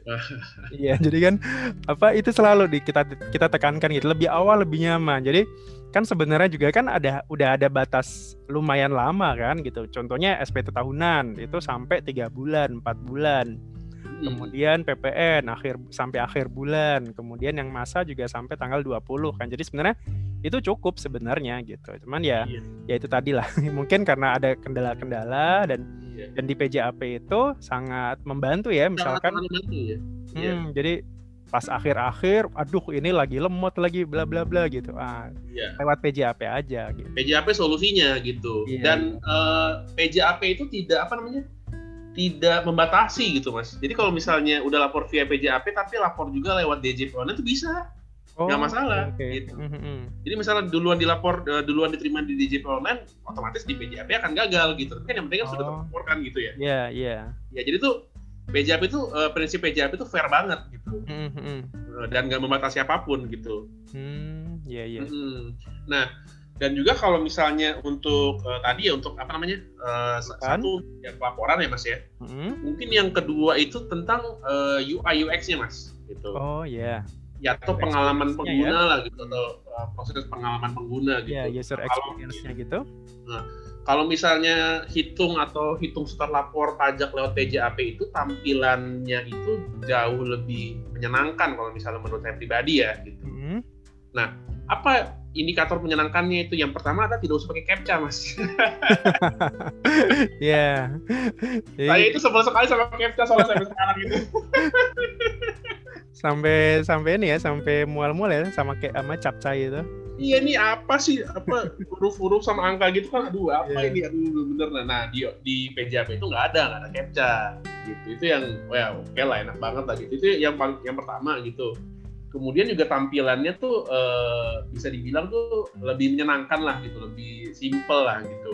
Iya, jadi kan itu selalu kita tekankan gitu, lebih awal lebih nyaman. Jadi kan sebenarnya juga kan udah ada batas lumayan lama kan gitu. Contohnya SPT tahunan itu sampai 3 bulan, 4 bulan. Kemudian PPN sampai akhir bulan. Kemudian yang masa juga sampai tanggal 20 kan. Jadi sebenarnya itu cukup sebenarnya gitu. Cuman ya itu tadi lah. Mungkin karena ada kendala-kendala dan di PJAP itu sangat membantu ya, misalkan jadi pas akhir-akhir aduh ini lagi lemot lagi bla bla bla gitu. Lewat PJAP aja gitu. PJAP solusinya gitu. Dan PJAP itu tidak membatasi gitu Mas. Jadi kalau misalnya udah lapor via PJAP tapi lapor juga lewat DJP online itu bisa. Nggak masalah gitu. Jadi misalnya duluan diterima di DJP online, otomatis di PJAP akan gagal gitu. Kan yang penting kan sudah terlaporkan gitu ya. Iya. Ya jadi tuh PJAP itu prinsip PJAP itu fair banget gitu. Dan nggak membatasi apapun gitu. Iya. Nah, dan juga kalau misalnya untuk tadi ya untuk satu yang pelaporan ya Mas ya. Mungkin yang kedua itu tentang UI UX-nya Mas gitu. Oh iya. Ya atau pengalaman pengguna lah gitu, atau proses pengalaman pengguna gitu. User experience-nya gitu. Nah, kalau misalnya hitung setelah lapor pajak lewat PJAP itu tampilannya itu jauh lebih menyenangkan kalau misalnya menurut saya pribadi ya gitu. Nah, apa indikator menyenangkannya itu? Yang pertama adalah tidak usah pakai CAPTCHA Mas. Iya. Saya itu sebel sekali sama CAPTCHA soalnya sampai sekarang itu. sampai ini ya, sampai mual-mual ya sama capcay itu. Iya, ini apa sih? Huruf-huruf sama angka gitu kan, ini bener. Nah, di PJAP itu nggak ada CAPTCHA gitu. Itu yang oke lah, enak banget lah gitu. Itu yang pertama gitu. Kemudian juga tampilannya tuh bisa dibilang tuh lebih menyenangkan lah gitu, lebih simple lah gitu.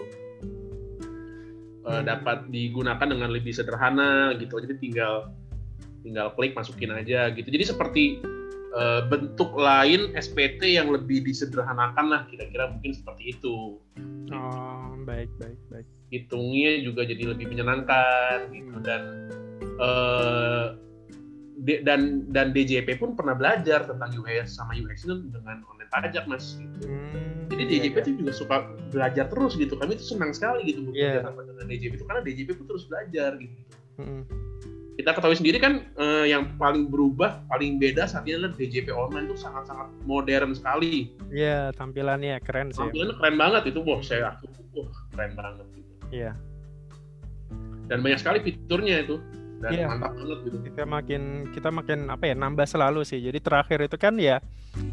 Dapat digunakan dengan lebih sederhana gitu. Jadi tinggal klik masukin aja gitu. Jadi seperti bentuk lain SPT yang lebih disederhanakan lah, kira-kira mungkin seperti itu. Baik. Hitungnya juga jadi lebih menyenangkan gitu. Dan DJP pun pernah belajar tentang US sama UX itu dengan online pajak Mas gitu. Jadi DJP itu juga suka belajar terus gitu. Kami itu senang sekali gitu bekerja sama dengan DJP itu, karena DJP itu terus belajar gitu. Kita ketahui sendiri kan yang paling beda saat ini adalah DJP online itu sangat-sangat modern sekali. Iya, tampilannya keren sih. Tampilannya keren banget itu, keren banget gitu. Iya. Dan banyak sekali fiturnya itu. Dan mantap banget gitu. Kita makin nambah selalu sih. Jadi terakhir itu kan ya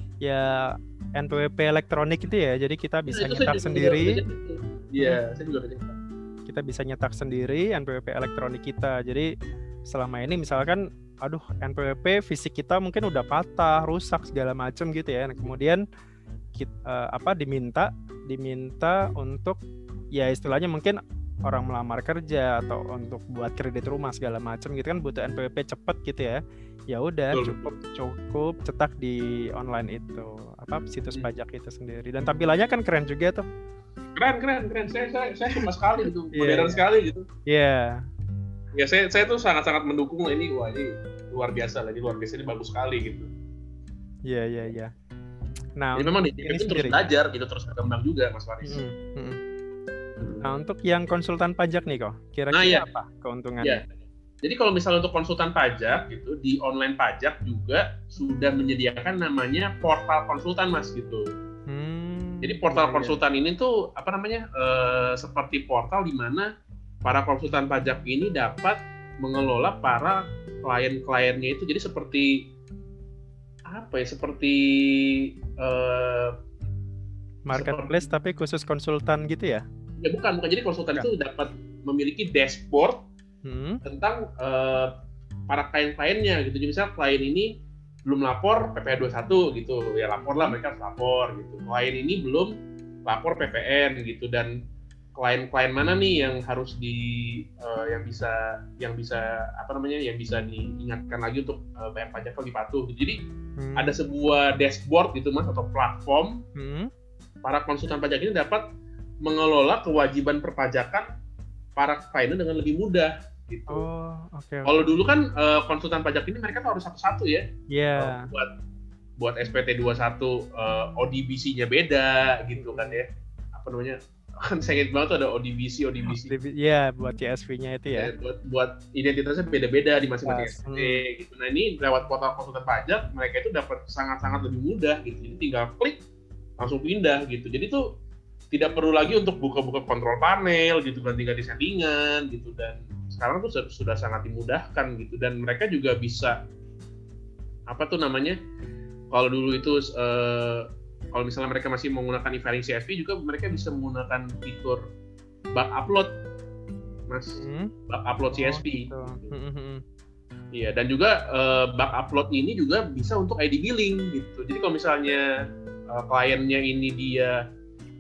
NPWP elektronik itu ya. Jadi kita bisa nyetak sendiri. Iya, saya juga nyetak. Kita bisa nyetak sendiri NPWP elektronik kita. Jadi selama ini misalkan NPWP fisik kita mungkin udah patah, rusak segala macam gitu ya. Nah, kemudian kita diminta untuk ya istilahnya mungkin orang melamar kerja atau untuk buat kredit rumah segala macam gitu kan, butuh NPWP cepet gitu ya. Ya udah cukup cetak di online itu situs pajak itu sendiri, dan tampilannya kan keren juga tuh. Keren. Saya suka sekali gitu. Modern sekali gitu. Iya. Ya saya tuh sangat-sangat mendukung ini. Ini luar biasa lah, ini bagus sekali gitu. Iya. Nah, jadi memang ini terus belajar gitu, terus berkembang juga Mas Faris. Nah, untuk yang konsultan pajak nih kok, kira-kira apa keuntungannya? Jadi kalau misalnya untuk konsultan pajak gitu, di online pajak juga sudah menyediakan namanya portal konsultan Mas gitu. Jadi portal konsultan ini tuh seperti portal di mana para konsultan pajak ini dapat mengelola para klien-kliennya itu. Jadi seperti marketplace tapi khusus konsultan gitu ya? Ya bukan. Jadi konsultan itu dapat memiliki dashboard tentang para klien-kliennya gitu. Jadi misalnya klien ini belum lapor PPN 21 gitu, ya laporlah, mereka harus lapor gitu. Klien ini belum lapor PPN gitu, dan klien-klien mana nih yang harus yang bisa diingatkan lagi untuk bayar pajak lebih patuh. Jadi ada sebuah dashboard gitu Mas, atau platform para konsultan pajak ini dapat mengelola kewajiban perpajakan para kliennya dengan lebih mudah gitu. Okay. Kalau dulu kan konsultan pajak ini mereka tuh harus satu-satu ya. Iya. Buat SPT 21 ODBC-nya beda gitu kan ya. Apa namanya? Kan saya ingat banget tuh ada ODBC. Iya, buat CSV-nya itu ya. Buat identitasnya beda-beda di masing-masing SPT gitu. Nah, ini lewat portal konsultan pajak mereka itu dapat sangat-sangat lebih mudah gitu. Jadi tinggal klik langsung pindah gitu. Jadi tuh tidak perlu lagi untuk buka-buka kontrol panel gitu, ganti-ganti settingan gitu, dan sekarang tuh sudah sangat dimudahkan gitu, dan mereka juga bisa kalau dulu itu kalau misalnya mereka masih menggunakan e-filing CSV juga mereka bisa menggunakan fitur bug upload, Mas. Bug upload CSV. Gitu. Iya, dan juga bug upload ini juga bisa untuk ID billing gitu. Jadi kalau misalnya kliennya ini dia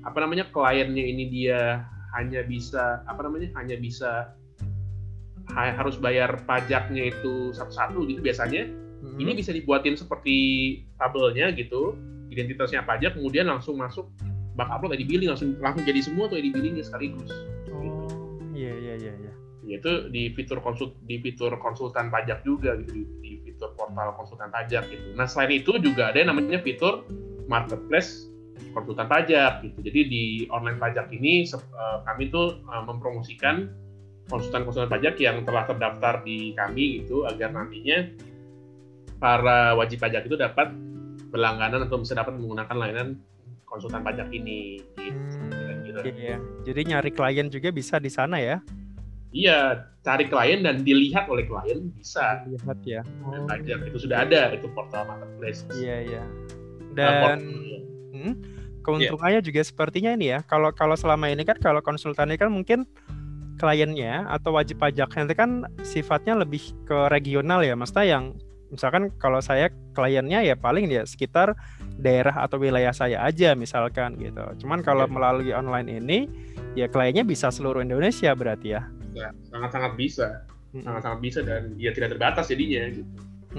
harus bayar pajaknya itu satu-satu gitu biasanya. Ini bisa dibuatin seperti tabelnya gitu, identitasnya pajak, kemudian langsung masuk bug upload ID billing, langsung jadi semua tuh ID billingnya sekaligus. Iya. Itu di fitur konsultan pajak juga gitu, di fitur portal konsultan pajak gitu. Nah, selain itu juga ada yang namanya fitur marketplace konsultan pajak gitu. Jadi di online pajak ini kami tuh mempromosikan konsultan pajak yang telah terdaftar di kami gitu, agar nantinya para wajib pajak itu dapat berlangganan atau bisa dapat menggunakan layanan konsultan pajak ini gitu, kira-kira. Iya. Jadi nyari klien juga bisa di sana ya? Iya, cari klien dan dilihat oleh klien bisa. Dilihat ya. Pajak itu sudah ada, itu portal marketplace. Iya. Dan keuntungannya juga sepertinya ini ya. Kalau selama ini kan kalau konsultan ini kan mungkin kliennya atau wajib pajaknya itu kan sifatnya lebih ke regional ya, maksudnya yang misalkan kalau saya kliennya ya paling ya sekitar daerah atau wilayah saya aja misalkan gitu. Cuman kalau melalui online ini ya kliennya bisa seluruh Indonesia berarti ya. Sangat-sangat bisa. Sangat-sangat bisa dan ya tidak terbatas jadinya gitu.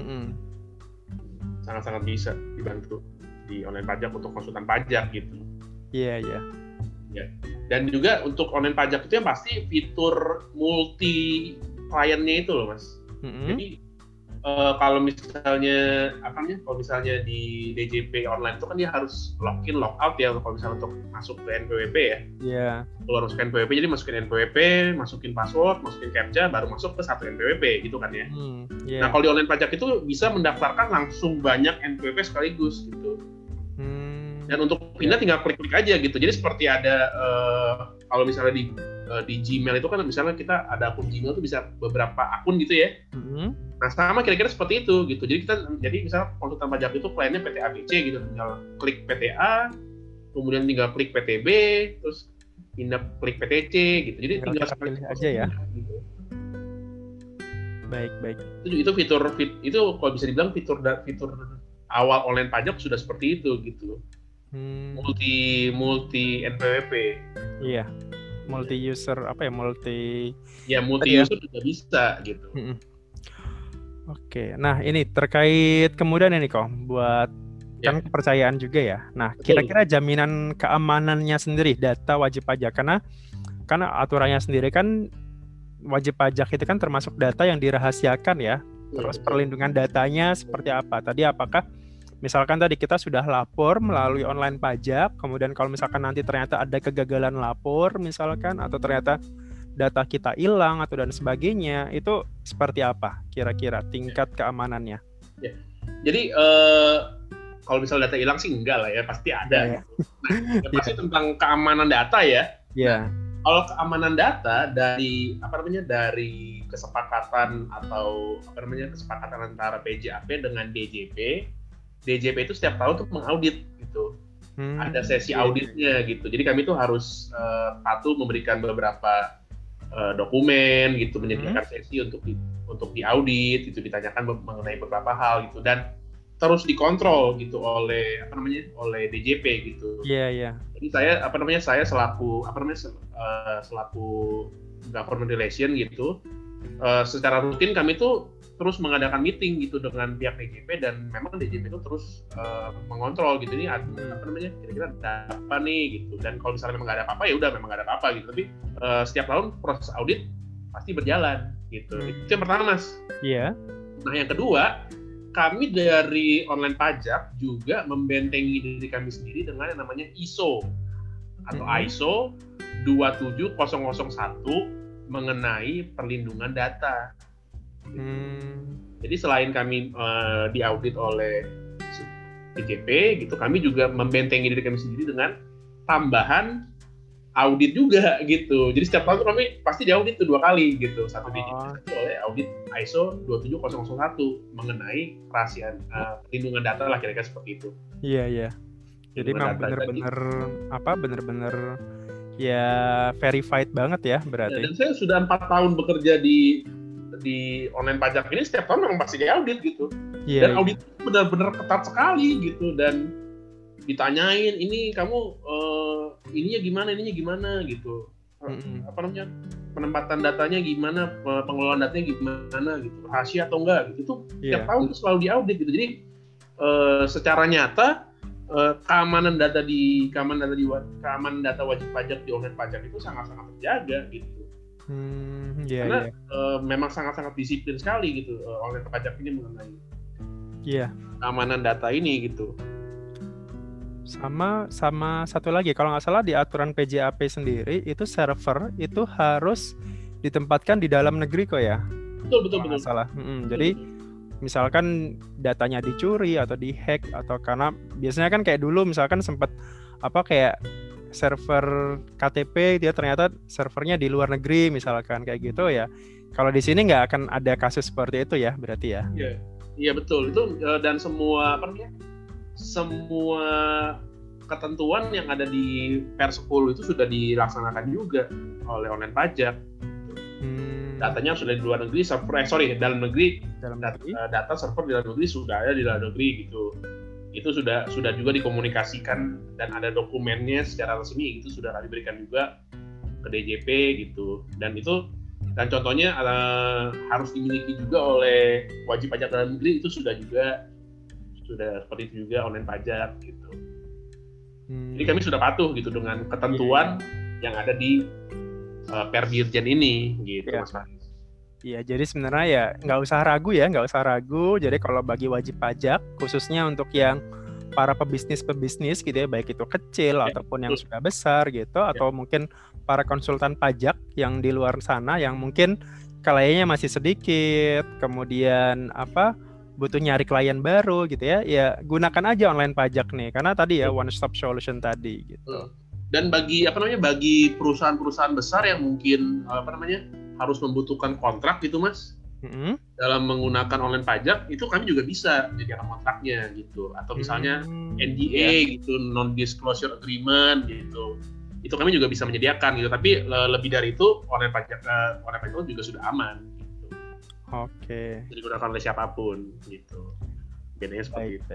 Sangat-sangat bisa dibantu di online pajak untuk konsultan pajak gitu. Iya. Ya. Dan juga untuk online pajak itu yang pasti fitur multi kliennya itu loh, Mas. Jadi kalau misalnya di DJP online itu kan dia harus login logout ya kalau misalnya untuk masuk ke NPWP ya. Iya. Keluar masuk ke NPWP, jadi masukin NPWP, masukin password, masukin captcha, baru masuk ke satu NPWP gitu kan ya. Nah, kalau di online pajak itu bisa mendaftarkan langsung banyak NPWP sekaligus gitu. Dan untuk pindah tinggal klik-klik aja gitu. Jadi seperti ada kalau misalnya di Gmail itu kan misalnya kita ada akun Gmail itu bisa beberapa akun gitu ya. Nah, sama kira-kira seperti itu gitu. Jadi misalnya konsultan pajak itu kliennya PT ABC gitu, tinggal klik PTA, kemudian tinggal klik PTB, terus pindah klik PTC gitu. Jadi tinggal pilih aja ya. Gitu. Baik. Itu fitur itu kalau bisa dibilang fitur awal online pajak sudah seperti itu gitu. Multi NPWP. Iya. Multi user multi user juga bisa gitu. Oke, nah ini terkait kemudian ini kok buat kan kepercayaan juga ya. Nah, kira-kira jaminan keamanannya sendiri data wajib pajak karena aturannya sendiri kan wajib pajak itu kan termasuk data yang dirahasiakan ya. Terus perlindungan datanya seperti apa? Tadi apakah misalkan tadi kita sudah lapor melalui online pajak, kemudian kalau misalkan nanti ternyata ada kegagalan lapor misalkan atau ternyata data kita hilang atau dan sebagainya, itu seperti apa kira-kira tingkat keamanannya? Ya. Jadi kalau misalnya data hilang sih enggak lah ya, pasti ada. Nah, pasti tentang keamanan data ya. Iya. Kalau keamanan data dari kesepakatan atau kesepakatan antara PJAP dengan DJP itu setiap tahun tuh mengaudit gitu. Ada sesi auditnya gitu. Jadi kami tuh harus patuh memberikan beberapa dokumen gitu, menyediakan sesi untuk diaudit gitu, ditanyakan mengenai beberapa hal gitu, dan terus dikontrol gitu oleh DJP gitu. Iya. Jadi saya selaku government relation gitu, secara rutin kami tuh terus mengadakan meeting gitu dengan pihak DJP, dan memang DJP itu terus mengontrol gitu, ini kira-kira ada apa nih gitu, dan kalau misalnya memang nggak ada apa-apa ya udah memang nggak ada apa-apa gitu, tapi setiap tahun proses audit pasti berjalan gitu. Itu yang pertama, Mas. Iya. Nah, yang kedua, kami dari online pajak juga membentengi diri kami sendiri dengan yang namanya ISO atau ISO 27001 mengenai perlindungan data. Jadi selain kami diaudit oleh PJP gitu, kami juga membentengi diri kami sendiri dengan tambahan audit juga gitu. Jadi setiap tahun kami pasti diaudit tuh 2 kali gitu. Satu DJP oleh audit ISO 27001 mengenai kerahasiaan perlindungan data lah, kira-kira seperti itu. Iya. Jadi memang benar-benar ya verified banget ya berarti. Dan saya sudah 4 tahun bekerja di online pajak ini, setiap tahun memang pasti diaudit gitu. Dan audit itu benar-benar ketat sekali gitu, dan ditanyain ini kamu ininya gimana gitu, penempatan datanya gimana, pengelolaan datanya gimana gitu, rahasia atau enggak gitu. Itu setiap tahun itu selalu diaudit gitu. Jadi secara nyata keamanan data wajib pajak di online pajak itu sangat-sangat terjaga gitu. Karena memang sangat-sangat disiplin sekali gitu online pajak ini mengenai keamanan data ini gitu. Sama satu lagi, kalau nggak salah di aturan PJAP sendiri itu server itu harus ditempatkan di dalam negeri kok ya. Betul. Nggak salah. Jadi misalkan datanya dicuri atau dihack, atau karena biasanya kan kayak dulu misalkan sempat kayak server KTP dia ternyata servernya di luar negeri misalkan kayak gitu ya. Kalau di sini nggak akan ada kasus seperti itu ya berarti ya. Iya betul itu, dan semua ketentuan yang ada di Per 10 itu sudah dilaksanakan juga oleh online pajak. Datanya sudah di luar negeri, dalam negeri. Data server di dalam negeri sudah ada di dalam negeri gitu. Itu sudah juga dikomunikasikan dan ada dokumennya secara resmi, itu sudah diberikan juga ke DJP gitu. Dan contohnya harus dimiliki juga oleh wajib pajak dalam negeri, itu sudah seperti itu juga online pajak gitu. Jadi kami sudah patuh gitu dengan ketentuan yang ada di Per Dirjen ini gitu, Mas Faris. Iya, jadi sebenarnya ya nggak usah ragu. Jadi kalau bagi wajib pajak, khususnya untuk yang para pebisnis gitu ya, baik itu kecil ataupun yang sudah besar gitu, atau mungkin para konsultan pajak yang di luar sana yang mungkin kliennya masih sedikit, kemudian butuh nyari klien baru gitu ya gunakan aja online pajak nih, karena tadi ya one stop solution tadi gitu. Dan bagi perusahaan-perusahaan besar yang mungkin harus membutuhkan kontrak gitu, Mas, dalam menggunakan online pajak, itu kami juga bisa menyediakan kontraknya gitu, atau misalnya NDA gitu, non disclosure agreement gitu, itu kami juga bisa menyediakan gitu. Tapi lebih dari itu online pajak itu juga sudah aman. Oke. Jadi digunakan oleh siapapun gitu. Bedanya seperti itu.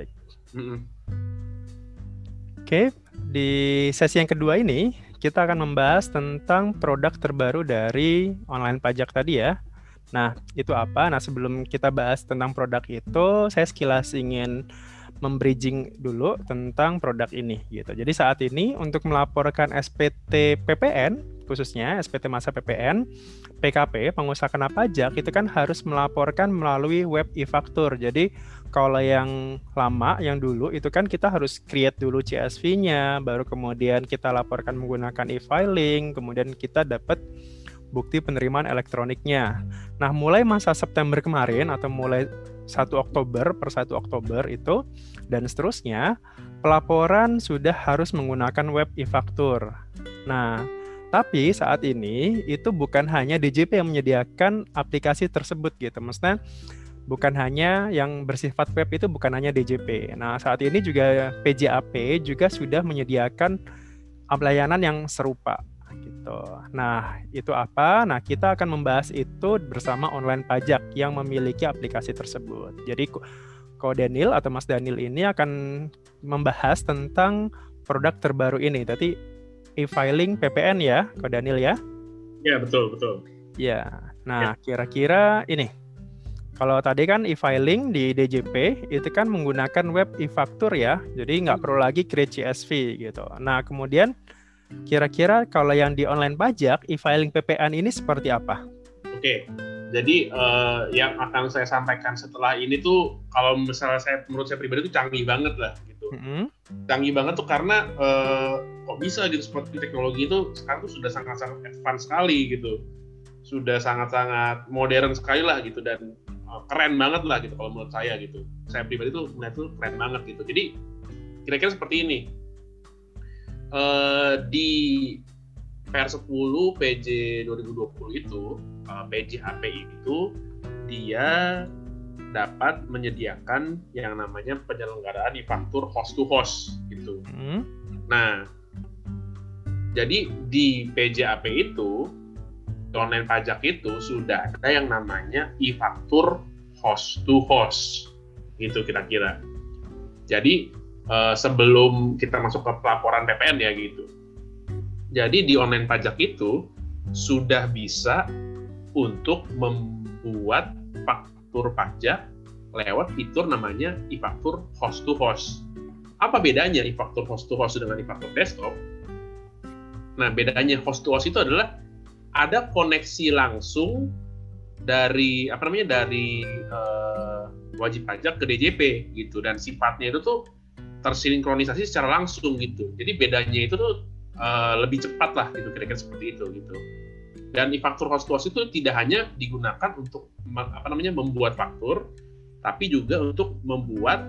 Oke, di sesi yang kedua ini kita akan membahas tentang produk terbaru dari online pajak tadi ya. Nah, itu apa? Nah, sebelum kita bahas tentang produk itu, saya sekilas ingin membridging dulu tentang produk ini gitu. Jadi saat ini untuk melaporkan SPT PPN, khususnya SPT masa PPN, PKP, pengusaha kena pajak, itu kan harus melaporkan melalui web e-faktur. Jadi kalau yang lama, yang dulu itu kan kita harus create dulu CSV-nya, baru kemudian kita laporkan menggunakan e-filing, kemudian kita dapat bukti penerimaan elektroniknya. Nah, mulai masa September kemarin atau mulai 1 Oktober per 1 Oktober itu dan seterusnya, pelaporan sudah harus menggunakan web e-faktur. Nah, tapi saat ini itu bukan hanya DJP yang menyediakan aplikasi tersebut gitu. Maksudnya bukan hanya yang bersifat web itu bukan hanya DJP. Nah, saat ini juga PJAP juga sudah menyediakan layanan yang serupa gitu. Nah, itu apa? Nah, kita akan membahas itu bersama online pajak yang memiliki aplikasi tersebut. Jadi Ko Daniel atau Mas Daniel ini akan membahas tentang produk terbaru ini. Tadi e-filing PPN ya, Ko Daniel ya? Ya, betul. Ya. Nah, kira-kira ini. Kalau tadi kan e-filing di DJP itu kan menggunakan web e-faktur ya. Jadi nggak perlu lagi create CSV gitu. Nah, kemudian kira-kira kalau yang di online pajak, e-filing PPN ini seperti apa? Oke. Jadi yang akan saya sampaikan setelah ini tuh, kalau misalnya menurut saya pribadi itu canggih banget lah gitu. Canggih banget tuh karena kok bisa gitu, seperti teknologi itu sekarang tuh sudah sangat-sangat advance sekali gitu, sudah sangat-sangat modern sekali lah gitu, dan keren banget lah gitu kalau menurut saya gitu. Saya pribadi tuh melihat itu keren banget gitu. Jadi kira-kira seperti ini. Di PR10 PJ 2020 itu, PJAP itu dia dapat menyediakan yang namanya penyelenggaraan e-faktur host to host gitu. Nah, jadi di PJAP itu, online pajak itu sudah ada yang namanya e-faktur host to host gitu kira-kira. Jadi sebelum kita masuk ke pelaporan PPN ya gitu. Jadi di online pajak itu sudah bisa untuk membuat faktur pajak lewat fitur namanya e-faktur host to host. Apa bedanya e-faktur host to host dengan e-faktur desktop? Nah, bedanya host to host itu adalah ada koneksi langsung dari wajib pajak ke DJP gitu, dan sifatnya itu tuh tersinkronisasi secara langsung gitu. Jadi bedanya itu tuh lebih cepat lah gitu, kira-kira seperti itu gitu. Dan e-faktur host to host itu tidak hanya digunakan untuk membuat faktur, tapi juga untuk membuat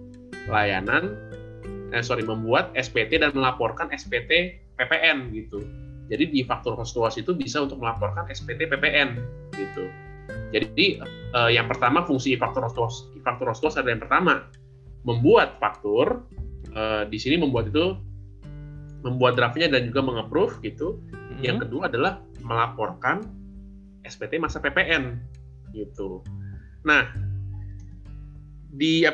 membuat SPT dan melaporkan SPT PPN gitu. Jadi di e-faktur host to host itu bisa untuk melaporkan SPT PPN gitu. Jadi yang pertama fungsi e-faktur host to host ada yang pertama membuat faktur, di sini membuat draftnya dan juga meng-approve gitu. Yang kedua adalah melaporkan SPT masa PPN gitu. Nah, di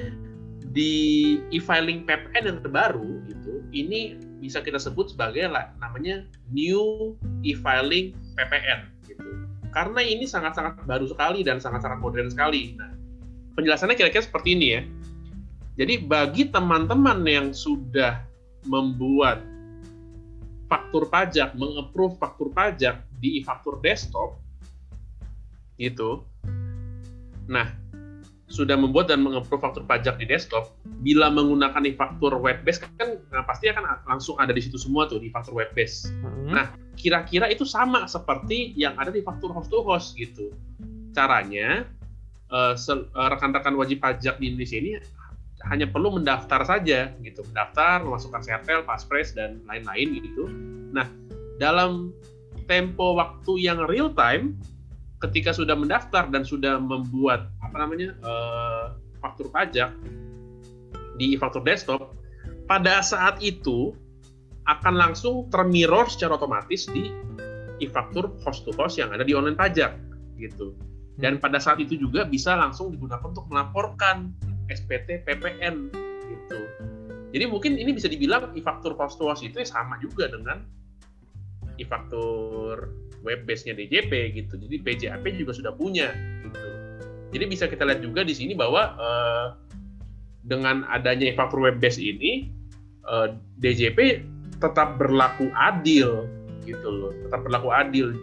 e-filing PPN yang terbaru gitu, ini bisa kita sebut sebagai namanya new e-filing PPN gitu. Karena ini sangat-sangat baru sekali dan sangat-sangat modern sekali. Nah, penjelasannya kira-kira seperti ini ya. Jadi bagi teman-teman yang sudah membuat faktur pajak, meng-approve faktur pajak di e-faktur desktop gitu. Nah, sudah membuat dan meng-approve faktur pajak di desktop, bila menggunakan e-faktur web based kan pasti akan langsung ada di situ semua tuh di e-faktur web based. Nah, kira-kira itu sama seperti yang ada di faktur host to host gitu. Caranya rekan-rekan wajib pajak di Indonesia ini hanya perlu mendaftar saja gitu, mendaftar, memasukkan sertel, paspres dan lain-lain gitu. Nah, dalam tempo waktu yang real time, ketika sudah mendaftar dan sudah membuat faktur pajak di e-faktur desktop, pada saat itu akan langsung termirror secara otomatis di e-faktur host to host yang ada di online pajak gitu. Dan pada saat itu juga bisa langsung digunakan untuk melaporkan SPT PPN gitu. Jadi mungkin ini bisa dibilang e-faktur host to host itu sama juga dengan e-faktur web base-nya DJP gitu. Jadi PJAP juga sudah punya gitu. Jadi bisa kita lihat juga di sini bahwa dengan adanya e-faktur web base ini, DJP tetap berlaku adil gitu loh. Tetap berlaku adil,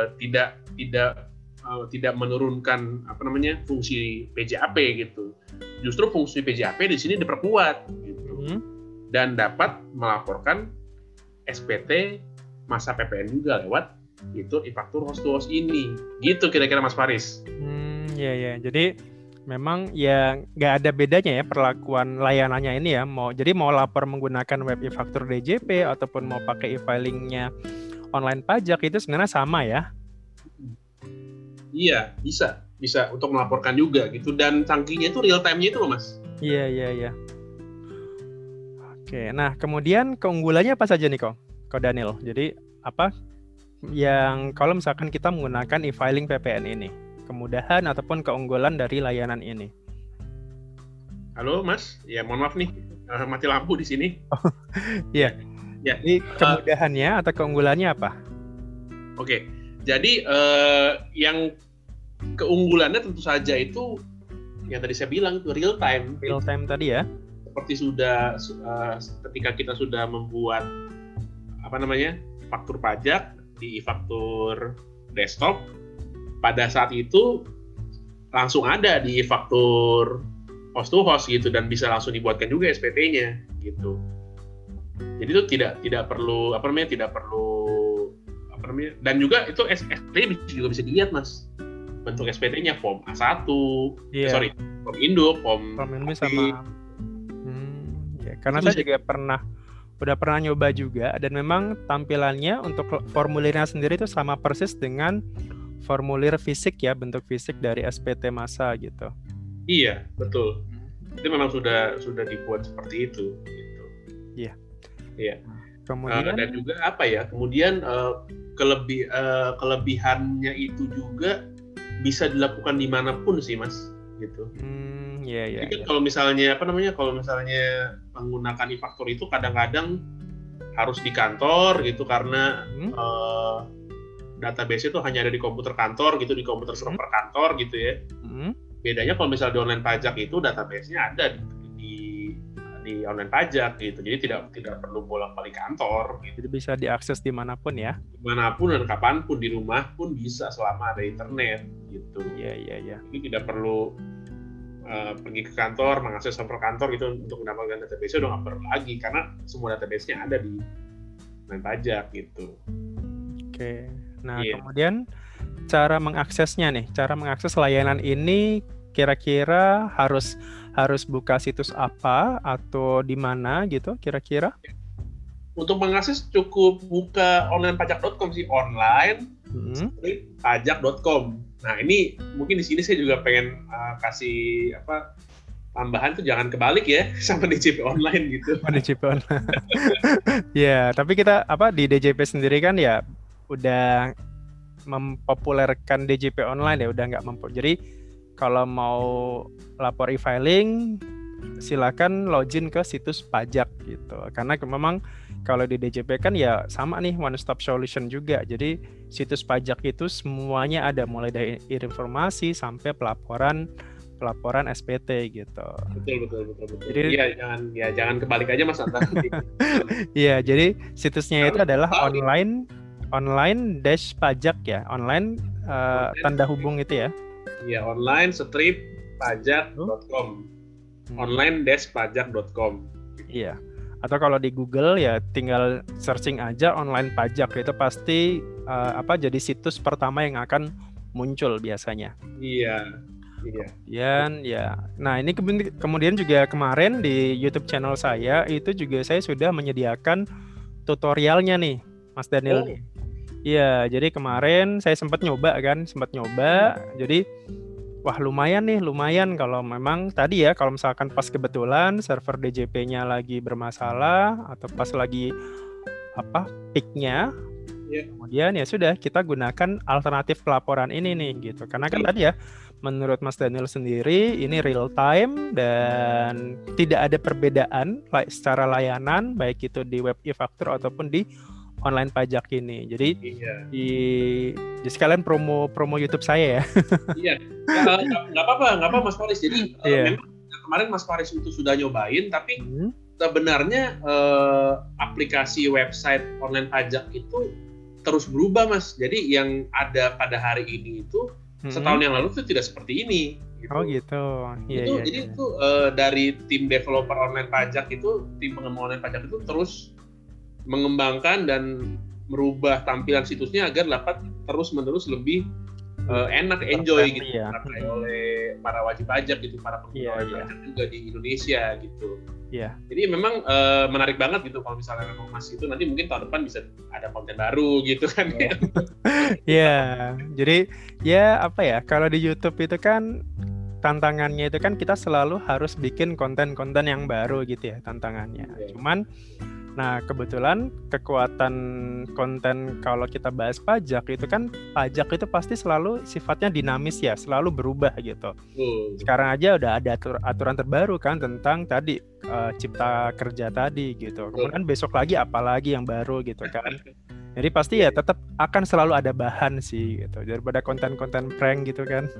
tidak menurunkan fungsi PJAP gitu. Justru fungsi PJAP di sini diperkuat gitu. Dan dapat melaporkan SPT masa PPN juga lewat itu e-faktur host to host ini. Gitu kira-kira Mas Faris. Ya. Jadi memang ya nggak ada bedanya ya perlakuan layanannya ini ya. Jadi mau lapor menggunakan web e-faktur DJP ataupun mau pakai e-filingnya online pajak itu sebenarnya sama ya. Iya, bisa untuk melaporkan juga gitu, dan canggihnya itu real time-nya itu loh Mas. Iya. Oke, nah kemudian keunggulannya apa saja nih Ko Daniel? Jadi apa yang kalau misalkan kita menggunakan e-filing PPN ini, kemudahan ataupun keunggulan dari layanan ini? Halo Mas, ya mohon maaf nih mati lampu di sini. Iya. Ya. Jadi kemudahannya atau keunggulannya apa? Oke. Jadi yang keunggulannya tentu saja itu yang tadi saya bilang itu real time. Real time tadi ya. Seperti sudah ketika kita sudah membuat faktur pajak di e-faktur desktop, pada saat itu langsung ada di faktur host to host gitu, dan bisa langsung dibuatkan juga SPT-nya gitu. Jadi itu tidak perlu dan juga itu SPT juga bisa dilihat Mas, bentuk SPT-nya form A1, form induk, form induk sama. Ya, karena saya juga udah pernah nyoba juga, dan memang tampilannya untuk formulirnya sendiri itu sama persis dengan formulir fisik ya, bentuk fisik dari SPT massa gitu. Iya, betul. Itu memang sudah dibuat seperti itu gitu. Iya. Iya. Kemudian dan juga apa ya? Kemudian kelebihannya itu juga bisa dilakukan dimanapun sih Mas, gitu. Iya. Jadi kalau misalnya menggunakan e-faktur itu kadang-kadang harus di kantor gitu, karena database itu hanya ada di komputer kantor gitu, di komputer server kantor gitu ya. Bedanya kalau misalnya di online pajak itu database-nya ada di online pajak gitu, jadi tidak perlu bolak-balik kantor gitu. Jadi bisa diakses dimanapun ya? Dimanapun dan kapanpun, di rumah pun bisa selama ada internet gitu. Iya. Jadi tidak perlu pergi ke kantor, mengakses server kantor gitu untuk mendapatkan database-nya, udah nggak perlu lagi karena semua database-nya ada di online pajak gitu. Oke. Nah, kemudian cara mengaksesnya nih, cara mengakses layanan ini kira-kira harus buka situs apa atau di mana gitu kira-kira? Untuk mengakses cukup buka onlinepajak.com sih, online-pajak.com. Nah, ini mungkin di sini saya juga pengen kasih tambahan tuh, jangan kebalik ya sama DJP online gitu. DJP online. Ya, tapi kita di DJP sendiri kan ya udah mempopulerkan DJP online ya, udah nggak jadi kalau mau lapor e-filing silakan login ke situs pajak gitu, karena memang kalau di DJP kan ya sama nih, one stop solution juga. Jadi situs pajak itu semuanya ada, mulai dari informasi sampai pelaporan SPT gitu. Betul. Jadi jangan kebalik aja Mas Anta. Iya, jadi situsnya itu adalah online-pajak ya, online tanda hubung itu ya. Iya, online-pajak.com. online-pajak.com. Iya. Atau kalau di Google ya tinggal searching aja online pajak, itu pasti jadi situs pertama yang akan muncul biasanya. Iya. Kemudian nah ini kemudian juga kemarin di YouTube channel saya itu juga saya sudah menyediakan tutorialnya nih, Mas Daniel. Iya, jadi kemarin saya sempat nyoba. Jadi lumayan kalau memang tadi ya, kalau misalkan pas kebetulan server DJP-nya lagi bermasalah atau pas lagi peak-nya, kemudian ya sudah kita gunakan alternatif pelaporan ini nih gitu. Karena kan tadi ya, menurut Mas Daniel sendiri ini real time dan tidak ada perbedaan secara layanan, baik itu di web e-faktur ataupun di online pajak ini. Jadi di sekalian promo YouTube saya ya. Iya. Nggak apa Mas Faris. Jadi memang kemarin Mas Faris itu sudah nyobain, tapi sebenarnya aplikasi website online pajak itu terus berubah Mas. Jadi yang ada pada hari ini itu setahun yang lalu itu tidak seperti ini. Gitu. Oh gitu. Jadi itu dari tim developer online pajak itu, tim pengembang online pajak itu terus mengembangkan dan merubah tampilan situsnya agar dapat terus-menerus lebih enak, enjoy gitu, dipakai oleh para wajib pajak gitu, para pengguna pajak juga di Indonesia gitu. Iya. Jadi memang menarik banget gitu kalau misalnya memang Mas itu nanti mungkin tahun depan bisa ada konten baru gitu kan. Iya. Jadi ya kalau di YouTube itu kan tantangannya itu kan kita selalu harus bikin konten-konten yang baru gitu ya tantangannya. Cuman nah kebetulan kekuatan konten kalau kita bahas pajak itu kan, pajak itu pasti selalu sifatnya dinamis ya, selalu berubah gitu. Sekarang aja udah ada aturan terbaru kan tentang tadi cipta kerja tadi gitu. Kemudian besok lagi apalagi yang baru gitu kan. Jadi pasti ya tetap akan selalu ada bahan sih gitu, daripada konten-konten prank gitu kan.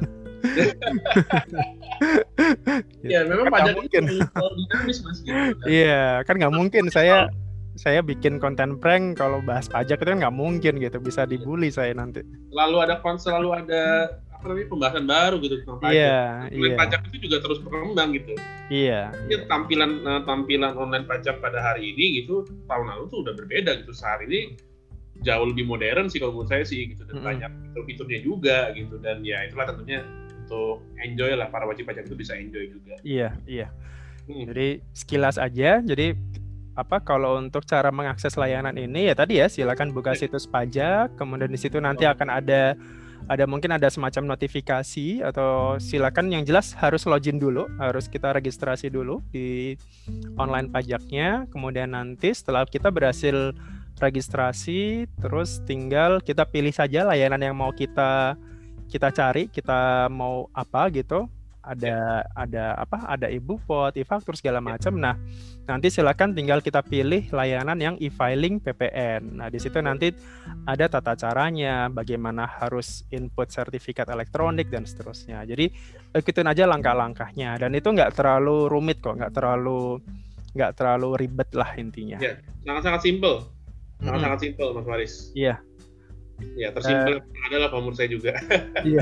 Ya memang kan pajak itu dinamis Mas gitu. Iya, kan nggak mungkin saya bikin konten prank kalau bahas pajak itu kan nggak mungkin gitu, bisa dibully saya nanti. Selalu ada apa namanya pembahasan baru gitu tentang pajak. Pajak itu juga terus berkembang gitu. Iya. Tampilan online pajak pada hari ini gitu tahun lalu tuh udah berbeda gitu. Saat ini jauh lebih modern sih kalau menurut saya sih gitu, dan banyak fitur-fiturnya juga gitu, dan ya itulah tentunya untuk enjoy lah, para wajib pajak itu bisa enjoy juga. Iya. Jadi sekilas aja, jadi kalau untuk cara mengakses layanan ini ya tadi ya, silakan buka situs pajak, kemudian di situ nanti akan ada mungkin ada semacam notifikasi, atau silakan yang jelas harus login dulu, harus kita registrasi dulu di online pajaknya, kemudian nanti setelah kita berhasil registrasi, terus tinggal kita pilih saja layanan yang mau kita cari, kita mau apa gitu. Ada e-Bupot, e-faktur segala macam. Nah, nanti silakan tinggal kita pilih layanan yang e-filing PPN. Nah, di situ nanti ada tata caranya, bagaimana harus input sertifikat elektronik dan seterusnya. Jadi ikutin aja langkah-langkahnya, dan itu nggak terlalu rumit kok, nggak terlalu ribet lah intinya. Ya, sangat-sangat simpel. Sangat-sangat simpel, Mas Faris. Iya. Ya, tersimpel adalah menurut saya juga. Iya.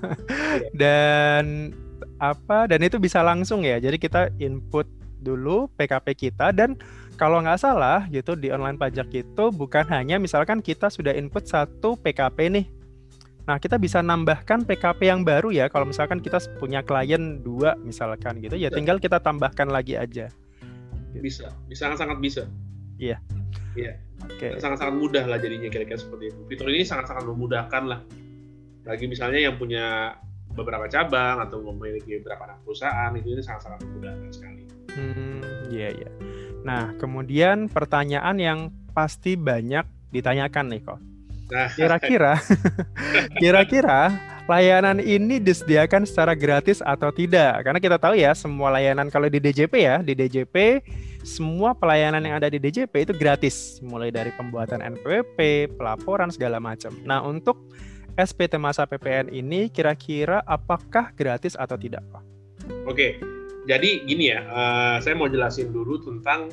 Dan itu bisa langsung ya. Jadi kita input dulu PKP kita, dan kalau nggak salah gitu di online pajak itu bukan hanya misalkan kita sudah input 1 PKP nih. Nah, kita bisa nambahkan PKP yang baru ya. Kalau misalkan kita punya klien 2 misalkan gitu, ya tinggal kita tambahkan lagi aja. Bisa sangat bisa. Iya. Okay. Sangat-sangat mudah lah jadinya, kira-kira seperti itu. Fitur ini sangat-sangat memudahkan lah bagi misalnya yang punya beberapa cabang atau memiliki beberapa anak perusahaan, ini sangat-sangat memudahkan sekali. Iya. Nah, kemudian pertanyaan yang pasti banyak ditanyakan nih kok. Kira-kira layanan ini disediakan secara gratis atau tidak? Karena kita tahu ya, semua layanan kalau di DJP semua pelayanan yang ada di DJP itu gratis, mulai dari pembuatan NPWP, pelaporan segala macam. Nah, untuk SPT Masa PPN ini kira-kira apakah gratis atau tidak, Pak? Oke, jadi gini ya, saya mau jelasin dulu tentang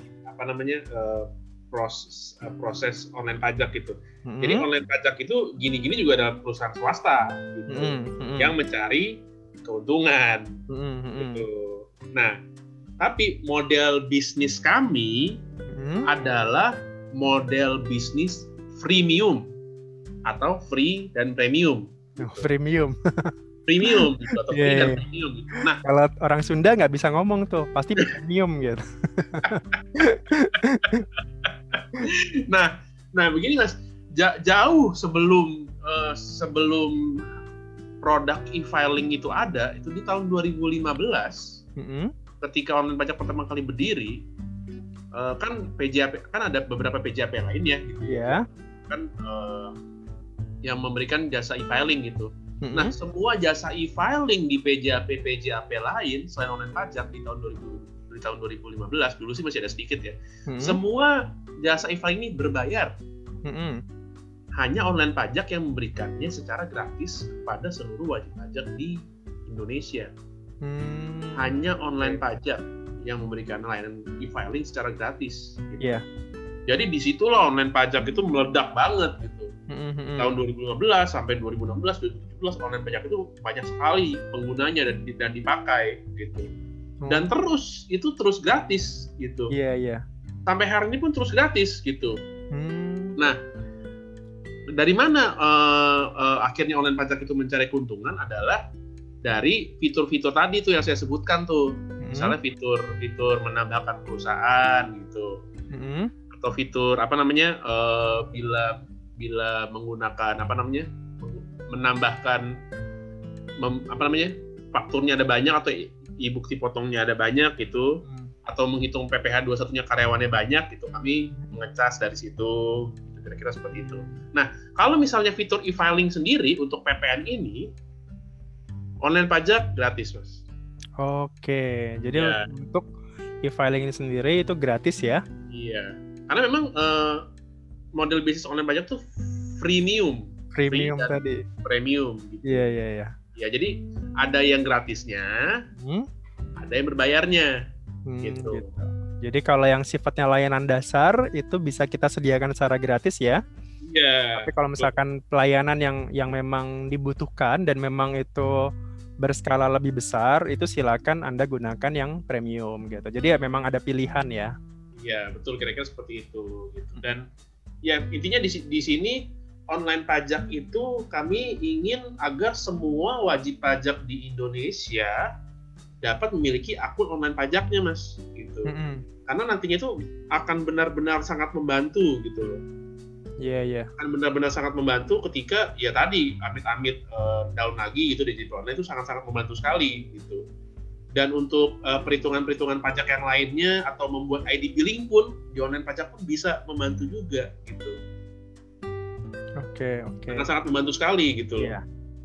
proses online pajak gitu. Jadi online pajak itu gini-gini juga ada perusahaan swasta gitu, yang mencari keuntungan gitu. Nah, tapi model bisnis kami adalah model bisnis freemium atau free dan premium. Premium. Premium gitu, atau free dan premium gitu. Nah, kalau orang Sunda nggak bisa ngomong tuh, pasti premium gitu. Nah begini Mas, jauh sebelum produk e-filing itu ada, itu di tahun 2015, ketika online pajak pertama kali berdiri, kan PJAP, kan ada beberapa PJAP lain ya gitu. Yeah. Kan yang memberikan jasa e-filing gitu. Nah, semua jasa e-filing di PJAP lain selain online pajak di tahun 2015, dulu sih masih ada sedikit ya. Semua jasa e-filing ini berbayar. Hanya online pajak yang memberikannya secara gratis kepada seluruh wajib pajak di Indonesia. Hanya online pajak yang memberikan layanan e-filing secara gratis. Gitu. Yeah. Jadi disitulah online pajak itu meledak banget gitu. Tahun 2015 sampai 2016, 2017 online pajak itu banyak sekali penggunanya dan dipakai gitu. Dan terus gratis gitu. Iya. Sampai hari ini pun terus gratis gitu. Nah, dari mana akhirnya online pajak itu mencari keuntungan adalah dari fitur-fitur tadi tuh yang saya sebutkan tuh. Misalnya fitur menambahkan perusahaan gitu. Atau fitur bila menggunakan menambahkan fakturnya ada banyak atau e-bukti potongnya ada banyak gitu, atau menghitung PPh 21-nya karyawannya banyak gitu, kami mengecas dari situ gitu, kira-kira seperti itu. Nah, kalau misalnya fitur e-filing sendiri untuk PPN ini online pajak gratis, Mas. Oke, jadi untuk e-filing ini sendiri itu gratis ya? Iya, karena memang model bisnis online pajak tuh freemium tadi. Premium gitu. Iya. Ya, jadi ada yang gratisnya, ada yang berbayarnya gitu. Jadi kalau yang sifatnya layanan dasar itu bisa kita sediakan secara gratis ya. Iya. Tapi kalau misalkan pelayanan yang memang dibutuhkan dan memang itu berskala lebih besar, itu silakan Anda gunakan yang premium gitu. Jadi ya memang ada pilihan ya. Iya, betul, kira-kira seperti itu gitu. Dan ya intinya di sini online pajak itu kami ingin agar semua wajib pajak di Indonesia dapat memiliki akun online pajaknya, Mas, gitu. Karena nantinya itu akan benar-benar sangat membantu gitu loh. Iya. Akan benar-benar sangat membantu ketika ya tadi amit-amit down lagi gitu DJP online itu sangat-sangat membantu sekali gitu. Dan untuk perhitungan-perhitungan pajak yang lainnya atau membuat ID billing pun di online pajak pun bisa membantu juga gitu. Oke. Sangat-sangat membantu sekali gitu. Iya.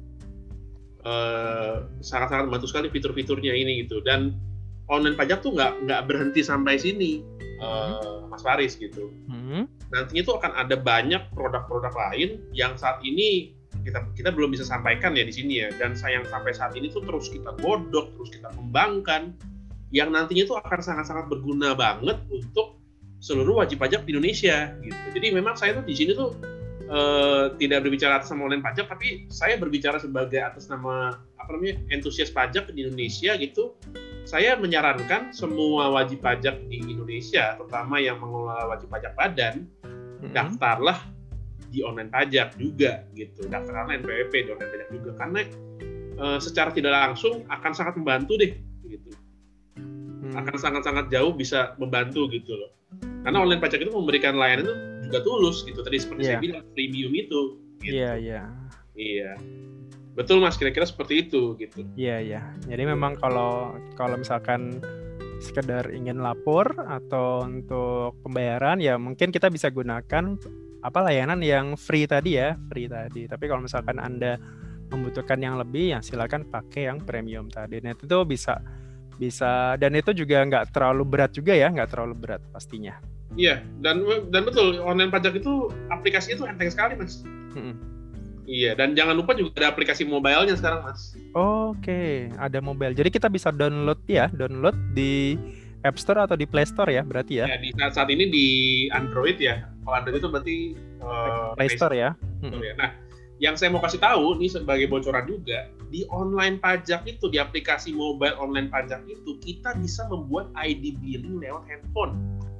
Sangat-sangat membantu sekali fitur-fiturnya ini gitu. Dan online pajak tuh nggak berhenti sampai sini, Mas Faris gitu. Nantinya tuh akan ada banyak produk-produk lain yang saat ini kita belum bisa sampaikan ya di sini ya. Dan sayang sampai saat ini tuh terus kita godok, terus kita kembangkan, yang nantinya tuh akan sangat-sangat berguna banget untuk seluruh wajib pajak di Indonesia gitu. Jadi memang saya tuh di sini tuh tidak berbicara atas nama online pajak, tapi saya berbicara sebagai atas nama entusias pajak di Indonesia gitu. Saya menyarankan semua wajib pajak di Indonesia, terutama yang mengelola wajib pajak badan, daftarlah di online pajak juga gitu. Daftarlah NPWP di online pajak juga, karena secara tidak langsung akan sangat membantu deh gitu. Akan sangat-sangat jauh bisa membantu gitu loh. Karena online pajak itu memberikan layanan itu juga tulus gitu. Tadi seperti saya bilang premium itu. Gitu. Iya. Betul Mas, kira-kira seperti itu gitu. Iya. Jadi memang kalau misalkan sekedar ingin lapor atau untuk pembayaran ya mungkin kita bisa gunakan layanan yang free tadi. Tapi kalau misalkan Anda membutuhkan yang lebih ya silakan pakai yang premium tadi. Nah itu bisa dan itu juga nggak terlalu berat juga ya, nggak terlalu berat pastinya. Iya, dan betul online pajak itu aplikasinya itu enteng sekali Mas. Iya, dan jangan lupa juga ada aplikasi mobile-nya sekarang Mas. Oke, ada mobile. Jadi kita bisa download di App Store atau di Play Store ya, berarti ya? Ya, di saat ini di Android ya. Kalau Android itu berarti Play Store ya. Nah, yang saya mau kasih tahu nih sebagai bocoran juga, di online pajak itu, di aplikasi mobile online pajak itu, kita bisa membuat ID billing lewat handphone.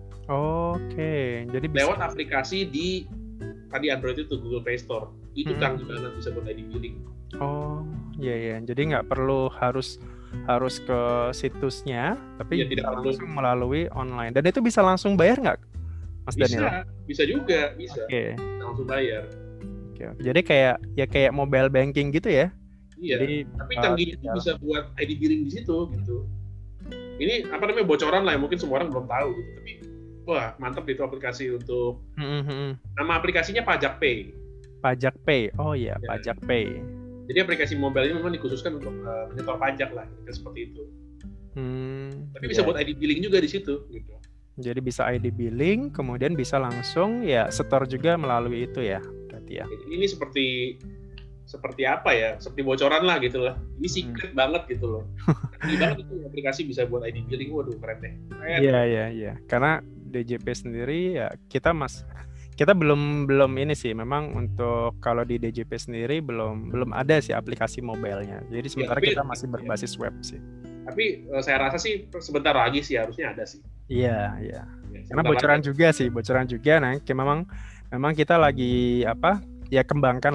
Oke, jadi bisa lewat aplikasi di tadi Android itu Google Play Store. Itu canggih banget, bisa buat ID billing. Oh, iya. Jadi nggak perlu harus ke situsnya, tapi tidak langsung melalui online. Dan itu bisa langsung bayar nggak, Mas Daniel? Bisa juga, bisa. Oke. Langsung bayar. Oke. Jadi kayak mobile banking gitu ya? Iya. Jadi, tapi canggih itu bisa buat ID billing di situ gitu. Ini bocoran lah, mungkin semua orang belum tahu gitu. Tapi wah mantap itu aplikasi untuk nama aplikasinya Pajak Pay. Pajak Pay, oh iya ya. Pajak Pay. Jadi aplikasi mobile ini memang dikhususkan untuk menyetor pajak lah, seperti itu. Tapi bisa buat ID billing juga di situ. Gitu. Jadi bisa ID billing, kemudian bisa langsung ya setor juga melalui itu ya, berarti ya. Ini seperti apa ya? Seperti bocoran lah gitu lah. Ini secret banget gitu loh. Ini banget itu aplikasi bisa buat ID billing, waduh keren deh. Iya. Karena DJP sendiri ya kita belum ini sih, memang untuk kalau di DJP sendiri belum ada sih aplikasi mobilenya. Jadi sementara kita masih berbasis web sih. Tapi saya rasa sih sebentar lagi sih harusnya ada sih. Iya. Karena bocoran juga. Nah, memang kita lagi kembangkan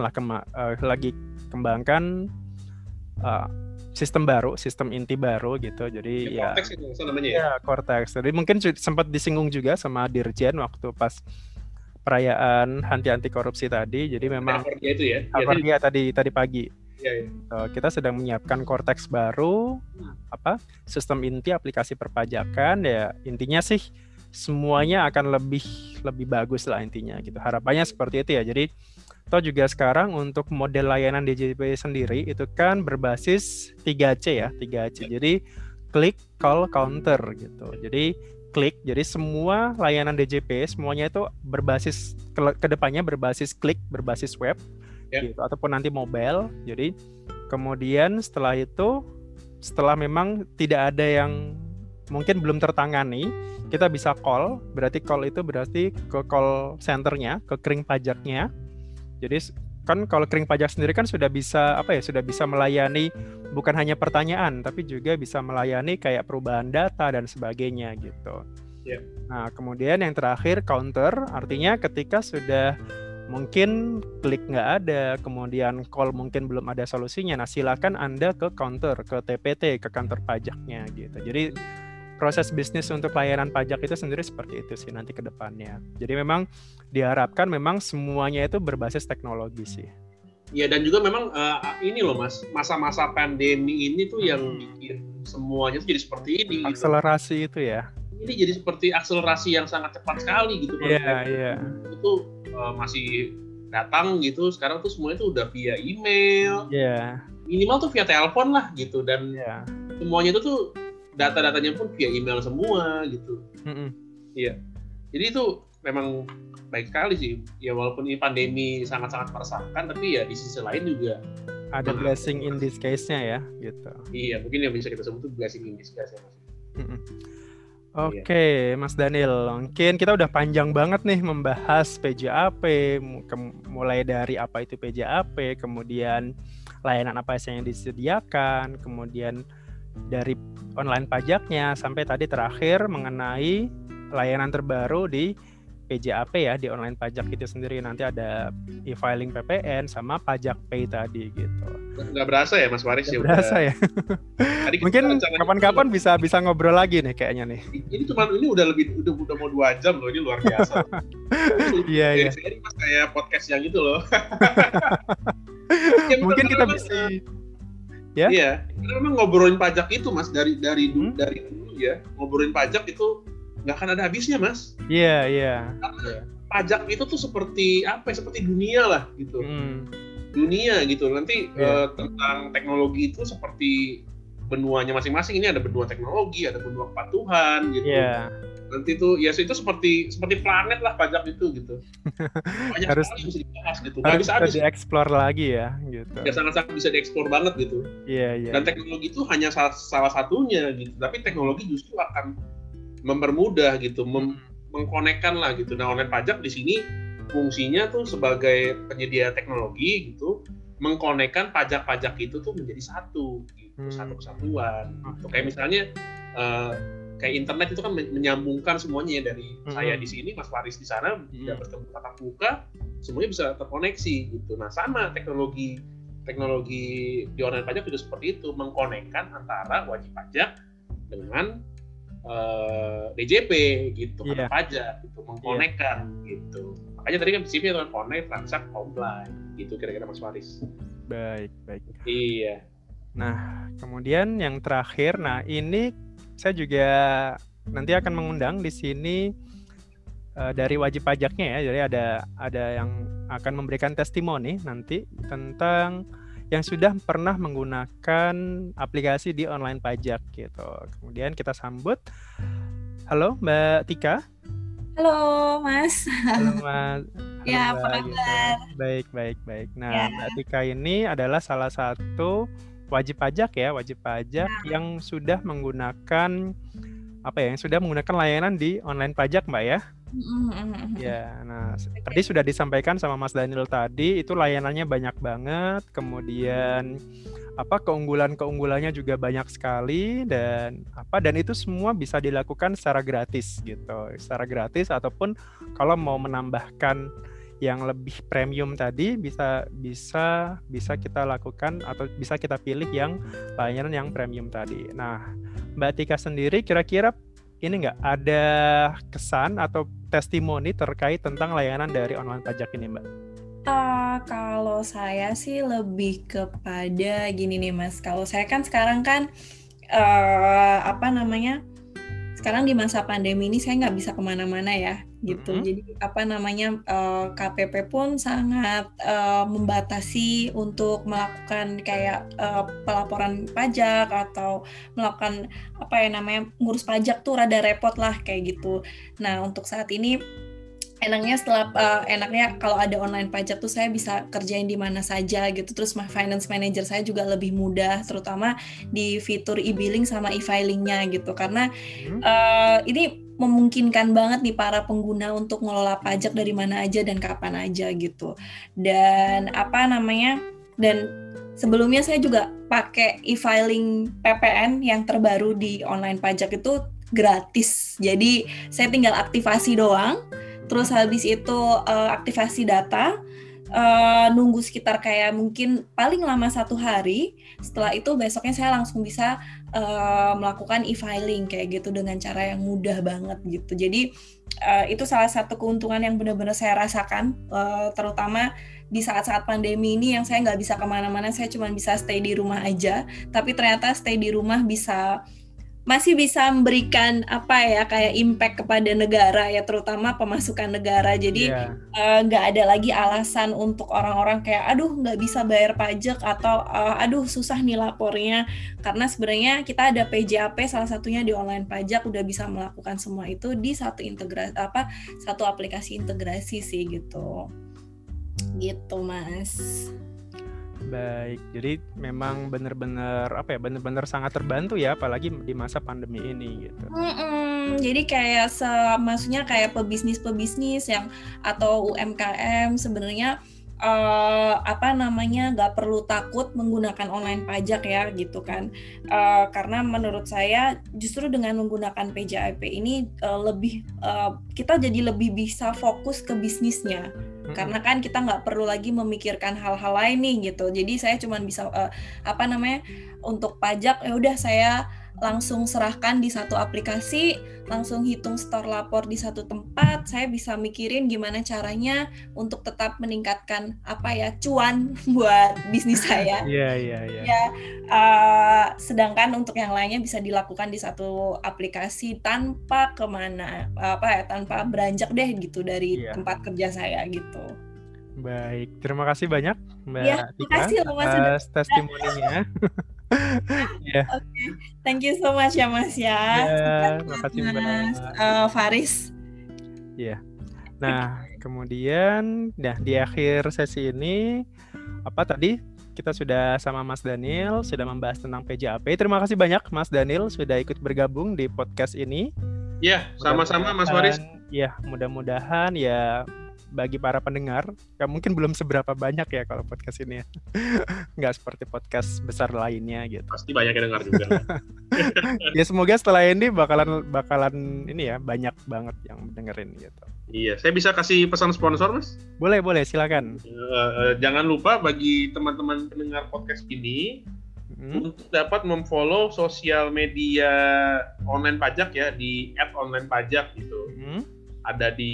sistem inti baru gitu. Jadi Cortex itu namanya ya. Cortex. Jadi mungkin sempat disinggung juga sama Dirjen waktu pas perayaan anti korupsi tadi. Jadi memang itu ya. Tadi pagi. Iya. Kita sedang menyiapkan Cortex baru, sistem inti aplikasi perpajakan ya. Intinya sih semuanya akan lebih bagus lah intinya gitu. Harapannya seperti itu ya. Jadi juga sekarang untuk model layanan DJP sendiri itu kan berbasis 3C ya, 3C. Jadi klik, call, counter gitu. Jadi semua layanan DJP semuanya itu berbasis kedepannya berbasis klik, berbasis web gitu, ataupun nanti mobile. Jadi kemudian setelah memang tidak ada yang mungkin belum tertangani, kita bisa call. Berarti call itu berarti ke call centernya, ke kering pajaknya. Jadi kan kalau kering pajak sendiri kan sudah bisa sudah bisa melayani bukan hanya pertanyaan, tapi juga bisa melayani kayak perubahan data dan sebagainya gitu. Yeah. Nah, kemudian yang terakhir counter, artinya ketika sudah mungkin klik nggak ada, kemudian call mungkin belum ada solusinya, nah silakan Anda ke counter, ke TPT, ke kantor pajaknya gitu. Jadi proses bisnis untuk layanan pajak itu sendiri seperti itu sih nanti ke depannya. Jadi memang diharapkan memang semuanya itu berbasis teknologi sih. Ya, dan juga memang ini loh Mas, masa-masa pandemi ini tuh yang bikin semuanya tuh jadi seperti ini. Akselerasi gitu. Itu ya. Ini jadi seperti akselerasi yang sangat cepat sekali gitu. Iya. Itu masih datang gitu, sekarang tuh semuanya tuh udah via email. Iya. Minimal tuh via telepon lah gitu, dan semuanya itu tuh data-datanya pun via email semua gitu. Iya. Jadi itu memang baik sekali sih. Ya walaupun ini pandemi sangat-sangat meresahkan, tapi ya di sisi lain juga ada blessing in disguise-nya ya gitu. Iya, mungkin yang bisa kita sebut itu blessing in disguise ya Mas. Oke, Mas Daniel, mungkin kita udah panjang banget nih membahas PJAP, mulai dari apa itu PJAP, kemudian layanan apa yang disediakan, kemudian dari online pajaknya, sampai tadi terakhir mengenai layanan terbaru di PJAP ya, di online pajak itu sendiri. Nanti ada e-filing PPN sama pajak pay tadi gitu. Nggak berasa ya Mas Faris ya? Berasa ya. Mungkin kapan-kapan bisa ngobrol lagi nih kayaknya nih. Ini udah mau 2 jam loh, ini luar biasa. Iya. Ini Mas kayak podcast yang itu loh. Mungkin kita bisa. Ya? Iya, karena memang ngobrolin pajak itu Mas dari dulu ya, ngobrolin pajak itu nggak akan ada habisnya Mas. Iya. Karena pajak itu tuh seperti seperti dunia lah gitu. Dunia gitu. Nanti tentang teknologi itu seperti benuanya masing-masing. Ini ada benua teknologi, ada benua kepatuhan gitu. Nanti itu seperti planet lah pajak itu gitu. Banyak harus sekali bisa dibahas gitu. Harus bisa dieksplor lagi ya gitu. Ya sangat-sangat bisa dieksplor banget gitu. Iya. Dan teknologi itu hanya salah satunya gitu. Tapi teknologi justru akan mempermudah gitu, mengkonekkan lah gitu. Nah, online pajak di sini fungsinya tuh sebagai penyedia teknologi gitu, mengkonekkan pajak-pajak itu tuh menjadi satu gitu, satu kesatuan. Gitu. Kayak misalnya kayak internet itu kan menyambungkan semuanya ya, dari saya di sini, Mas Faris di sana, tidak bertemu tatap muka, semuanya bisa terkoneksi gitu. Nah, sama teknologi di online pajak juga seperti itu, mengkonekkan antara wajib pajak dengan DJP gitu, kantor pajak gitu, mengkonekkan gitu. Makanya tadi kan prinsipnya itu connect, transact, comply gitu kira-kira Mas Faris. Baik. Iya. Nah, kemudian yang terakhir, nah ini saya juga nanti akan mengundang di sini dari wajib pajaknya ya. Jadi ada yang akan memberikan testimoni nanti tentang yang sudah pernah menggunakan aplikasi di online pajak gitu. Kemudian kita sambut. Halo Mbak Tika. Halo Mas. Halo Mas. Ya, apa kabar? Baik. Nah, Mbak Tika ini adalah salah satu wajib pajak yang sudah menggunakan yang sudah menggunakan layanan di online pajak, Mbak ya. Ya, nah tadi sudah disampaikan sama Mas Daniel tadi, itu layanannya banyak banget, kemudian keunggulannya juga banyak sekali, dan itu semua bisa dilakukan secara gratis gitu, ataupun kalau mau menambahkan yang lebih premium tadi bisa kita lakukan atau bisa kita pilih yang layanan yang premium tadi. Nah, Mbak Tika sendiri kira-kira ini nggak ada kesan atau testimoni terkait tentang layanan dari online pajak ini, Mbak? Kalau saya sih lebih kepada gini nih Mas, kalau saya kan sekarang kan sekarang di masa pandemi ini saya nggak bisa kemana-mana ya gitu. Jadi KPP pun sangat membatasi untuk melakukan kayak pelaporan pajak atau melakukan ngurus pajak tuh rada repot lah kayak gitu. Nah, untuk saat ini enaknya kalau ada online pajak tuh saya bisa kerjain di mana saja gitu. Terus finance manager saya juga lebih mudah, terutama di fitur e-billing sama e-filingnya gitu. Karena ini memungkinkan banget nih para pengguna untuk ngelola pajak dari mana aja dan kapan aja gitu. Dan dan sebelumnya saya juga pakai e-filing PPN yang terbaru di online pajak itu gratis. Jadi saya tinggal aktivasi doang. Terus habis itu aktivasi data, nunggu sekitar kayak mungkin paling lama 1 hari. Setelah itu besoknya saya langsung bisa melakukan e-filing kayak gitu dengan cara yang mudah banget gitu. Jadi itu salah satu keuntungan yang benar-benar saya rasakan, terutama di saat-saat pandemi ini yang saya nggak bisa kemana-mana, saya cuma bisa stay di rumah aja. Tapi ternyata stay di rumah masih bisa memberikan kayak impact kepada negara ya, terutama pemasukan negara. Jadi nggak ada lagi alasan untuk orang-orang kayak aduh nggak bisa bayar pajak atau aduh susah nih lapornya, karena sebenarnya kita ada PJAP salah satunya di online pajak udah bisa melakukan semua itu di satu aplikasi integrasi sih gitu Mas. Baik, jadi memang benar-benar sangat terbantu ya, apalagi di masa pandemi ini gitu. Jadi kayak maksudnya kayak pebisnis yang atau UMKM sebenarnya nggak perlu takut menggunakan online pajak ya gitu kan, karena menurut saya justru dengan menggunakan PJAP ini kita jadi lebih bisa fokus ke bisnisnya. Karena kan kita nggak perlu lagi memikirkan hal-hal lain nih gitu. Jadi saya cuma bisa untuk pajak ya udah saya langsung serahkan di satu aplikasi, langsung hitung store lapor di satu tempat. Saya bisa mikirin gimana caranya untuk tetap meningkatkan cuan buat bisnis saya. Sedangkan untuk yang lainnya bisa dilakukan di satu aplikasi tanpa tanpa beranjak deh gitu dari tempat kerja saya gitu. Baik, terima kasih banyak Mbak Tika atas testimoninya. Okay. Thank you so much ya Mas ya. Terima kasih Mbak Faris. Nah, kemudian di akhir sesi ini tadi kita sudah sama Mas Daniel sudah membahas tentang PJAP. Terima kasih banyak Mas Daniel sudah ikut bergabung di podcast ini. Sama-sama Mas Faris. Mudah-mudahan bagi para pendengar, mungkin belum seberapa banyak ya kalau podcast ini ya. Nggak seperti podcast besar lainnya gitu. Pasti banyak yang dengar juga. Semoga setelah ini bakalan ini ya, banyak banget yang dengerin gitu. Iya, saya bisa kasih pesan sponsor Mas? Boleh, silakan. Jangan lupa bagi teman-teman pendengar podcast ini untuk dapat memfollow sosial media online pajak ya di @onlinepajak gitu. Ada di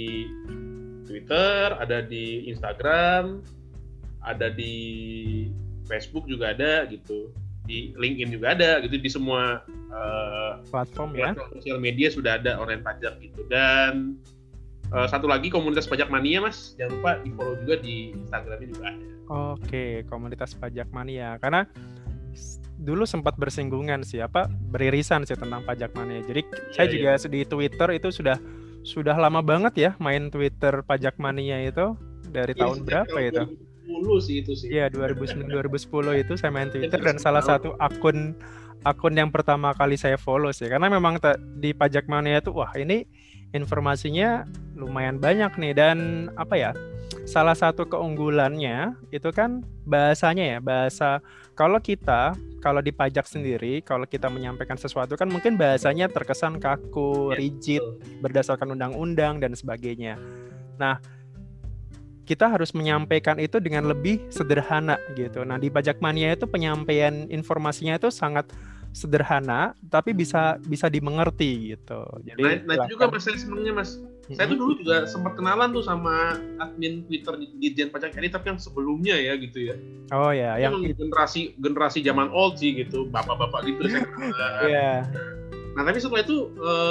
Twitter, ada di Instagram, ada di Facebook juga ada gitu, di LinkedIn juga ada gitu, di semua platform sosial media sudah ada online pajak gitu. Dan satu lagi komunitas pajak mania Mas, jangan lupa di follow juga di Instagramnya juga ada. Oke, komunitas pajak mania, karena dulu sempat bersinggungan beririsan sih tentang pajak mania. Jadi saya juga di Twitter itu sudah lama banget ya main Twitter pajak mania itu dari tahun berapa itu? 2010 sih itu sih. Iya, 2010 itu saya main Twitter dan salah satu akun yang pertama kali saya follow sih, karena memang di pajak mania itu ini informasinya lumayan banyak nih, dan salah satu keunggulannya itu kan bahasanya bahasa kalau di pajak sendiri, kalau kita menyampaikan sesuatu kan mungkin bahasanya terkesan kaku, rigid, berdasarkan undang-undang dan sebagainya. Nah, kita harus menyampaikan itu dengan lebih sederhana gitu. Nah, di pajak mania itu penyampaian informasinya itu sangat sederhana, tapi bisa dimengerti gitu. Jadi itu juga Mas, saya senangnya Mas. Saya tuh dulu juga sempat kenalan tuh sama admin Twitter di Dirjen Pajak RI, tapi yang sebelumnya ya gitu ya. Oh ya, yang generasi zaman old sih gitu, bapak-bapak gitu saya kenal. Nah, tapi setelah itu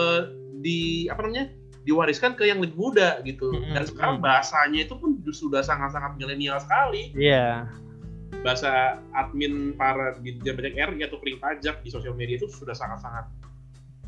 diwariskan ke yang lebih muda gitu. Dan sekarang bahasanya itu pun sudah sangat-sangat milenial sekali. Iya. Bahasa admin para Dirjen Pajak RI atau Kling Pajak di sosial media itu sudah sangat-sangat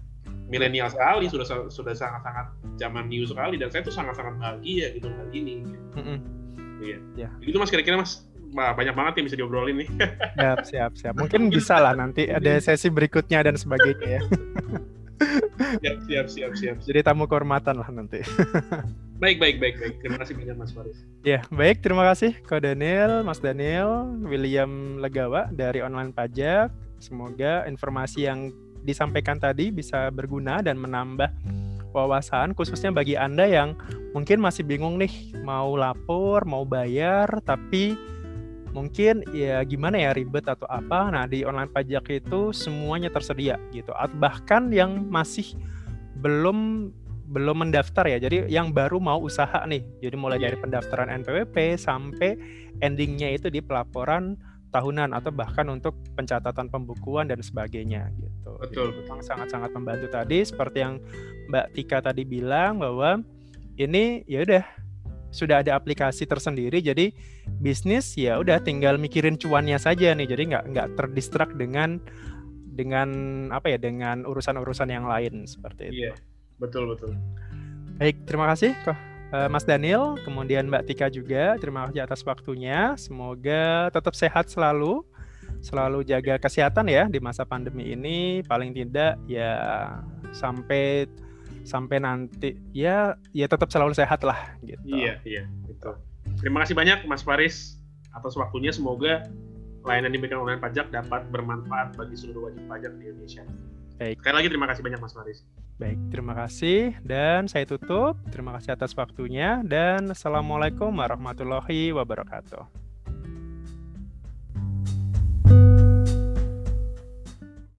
milenial sekali, sudah sangat-sangat zaman new sekali, dan saya tuh sangat-sangat bahagia gitu hal ini. Iya. Yeah. Itu Mas, kira-kira Mas banyak banget yang bisa diobrolin nih. Siap. Mungkin bisa lah nanti ada sesi berikutnya dan sebagainya ya. Siap. Jadi tamu kehormatan lah nanti. Baik. Terima kasih banyak Mas Faris. Ya, baik. Terima kasih Ko Daniel, Mas Daniel, William Legawa dari Online Pajak. Semoga informasi yang disampaikan tadi bisa berguna dan menambah wawasan, khususnya bagi Anda yang mungkin masih bingung nih mau lapor, mau bayar, tapi mungkin ya gimana ya, ribet atau apa. Nah, di Online Pajak itu semuanya tersedia gitu. Bahkan yang masih belum mendaftar ya, jadi yang baru mau usaha nih, jadi mulai dari pendaftaran NPWP sampai endingnya itu di pelaporan tahunan atau bahkan untuk pencatatan pembukuan dan sebagainya gitu. Betul. Memang sangat-sangat membantu tadi, seperti yang Mbak Tika tadi bilang bahwa ini ya udah sudah ada aplikasi tersendiri, jadi bisnis ya udah tinggal mikirin cuannya saja nih, jadi nggak terdistrak dengan apa ya, dengan urusan-urusan yang lain seperti itu. Iya, betul. Baik, terima kasih Mas Daniel, kemudian Mbak Tika juga, terima kasih atas waktunya. Semoga tetap sehat selalu jaga kesehatan ya di masa pandemi ini, paling tidak ya sampai nanti ya tetap selalu sehat lah gitu. Iya, betul. Terima kasih banyak Mas Faris atas waktunya. Semoga layanan diberikan Online Pajak dapat bermanfaat bagi seluruh wajib pajak di Indonesia. Baik. Sekali lagi terima kasih banyak Mas Faris. Baik, terima kasih dan saya tutup. Terima kasih atas waktunya dan Assalamualaikum warahmatullahi wabarakatuh.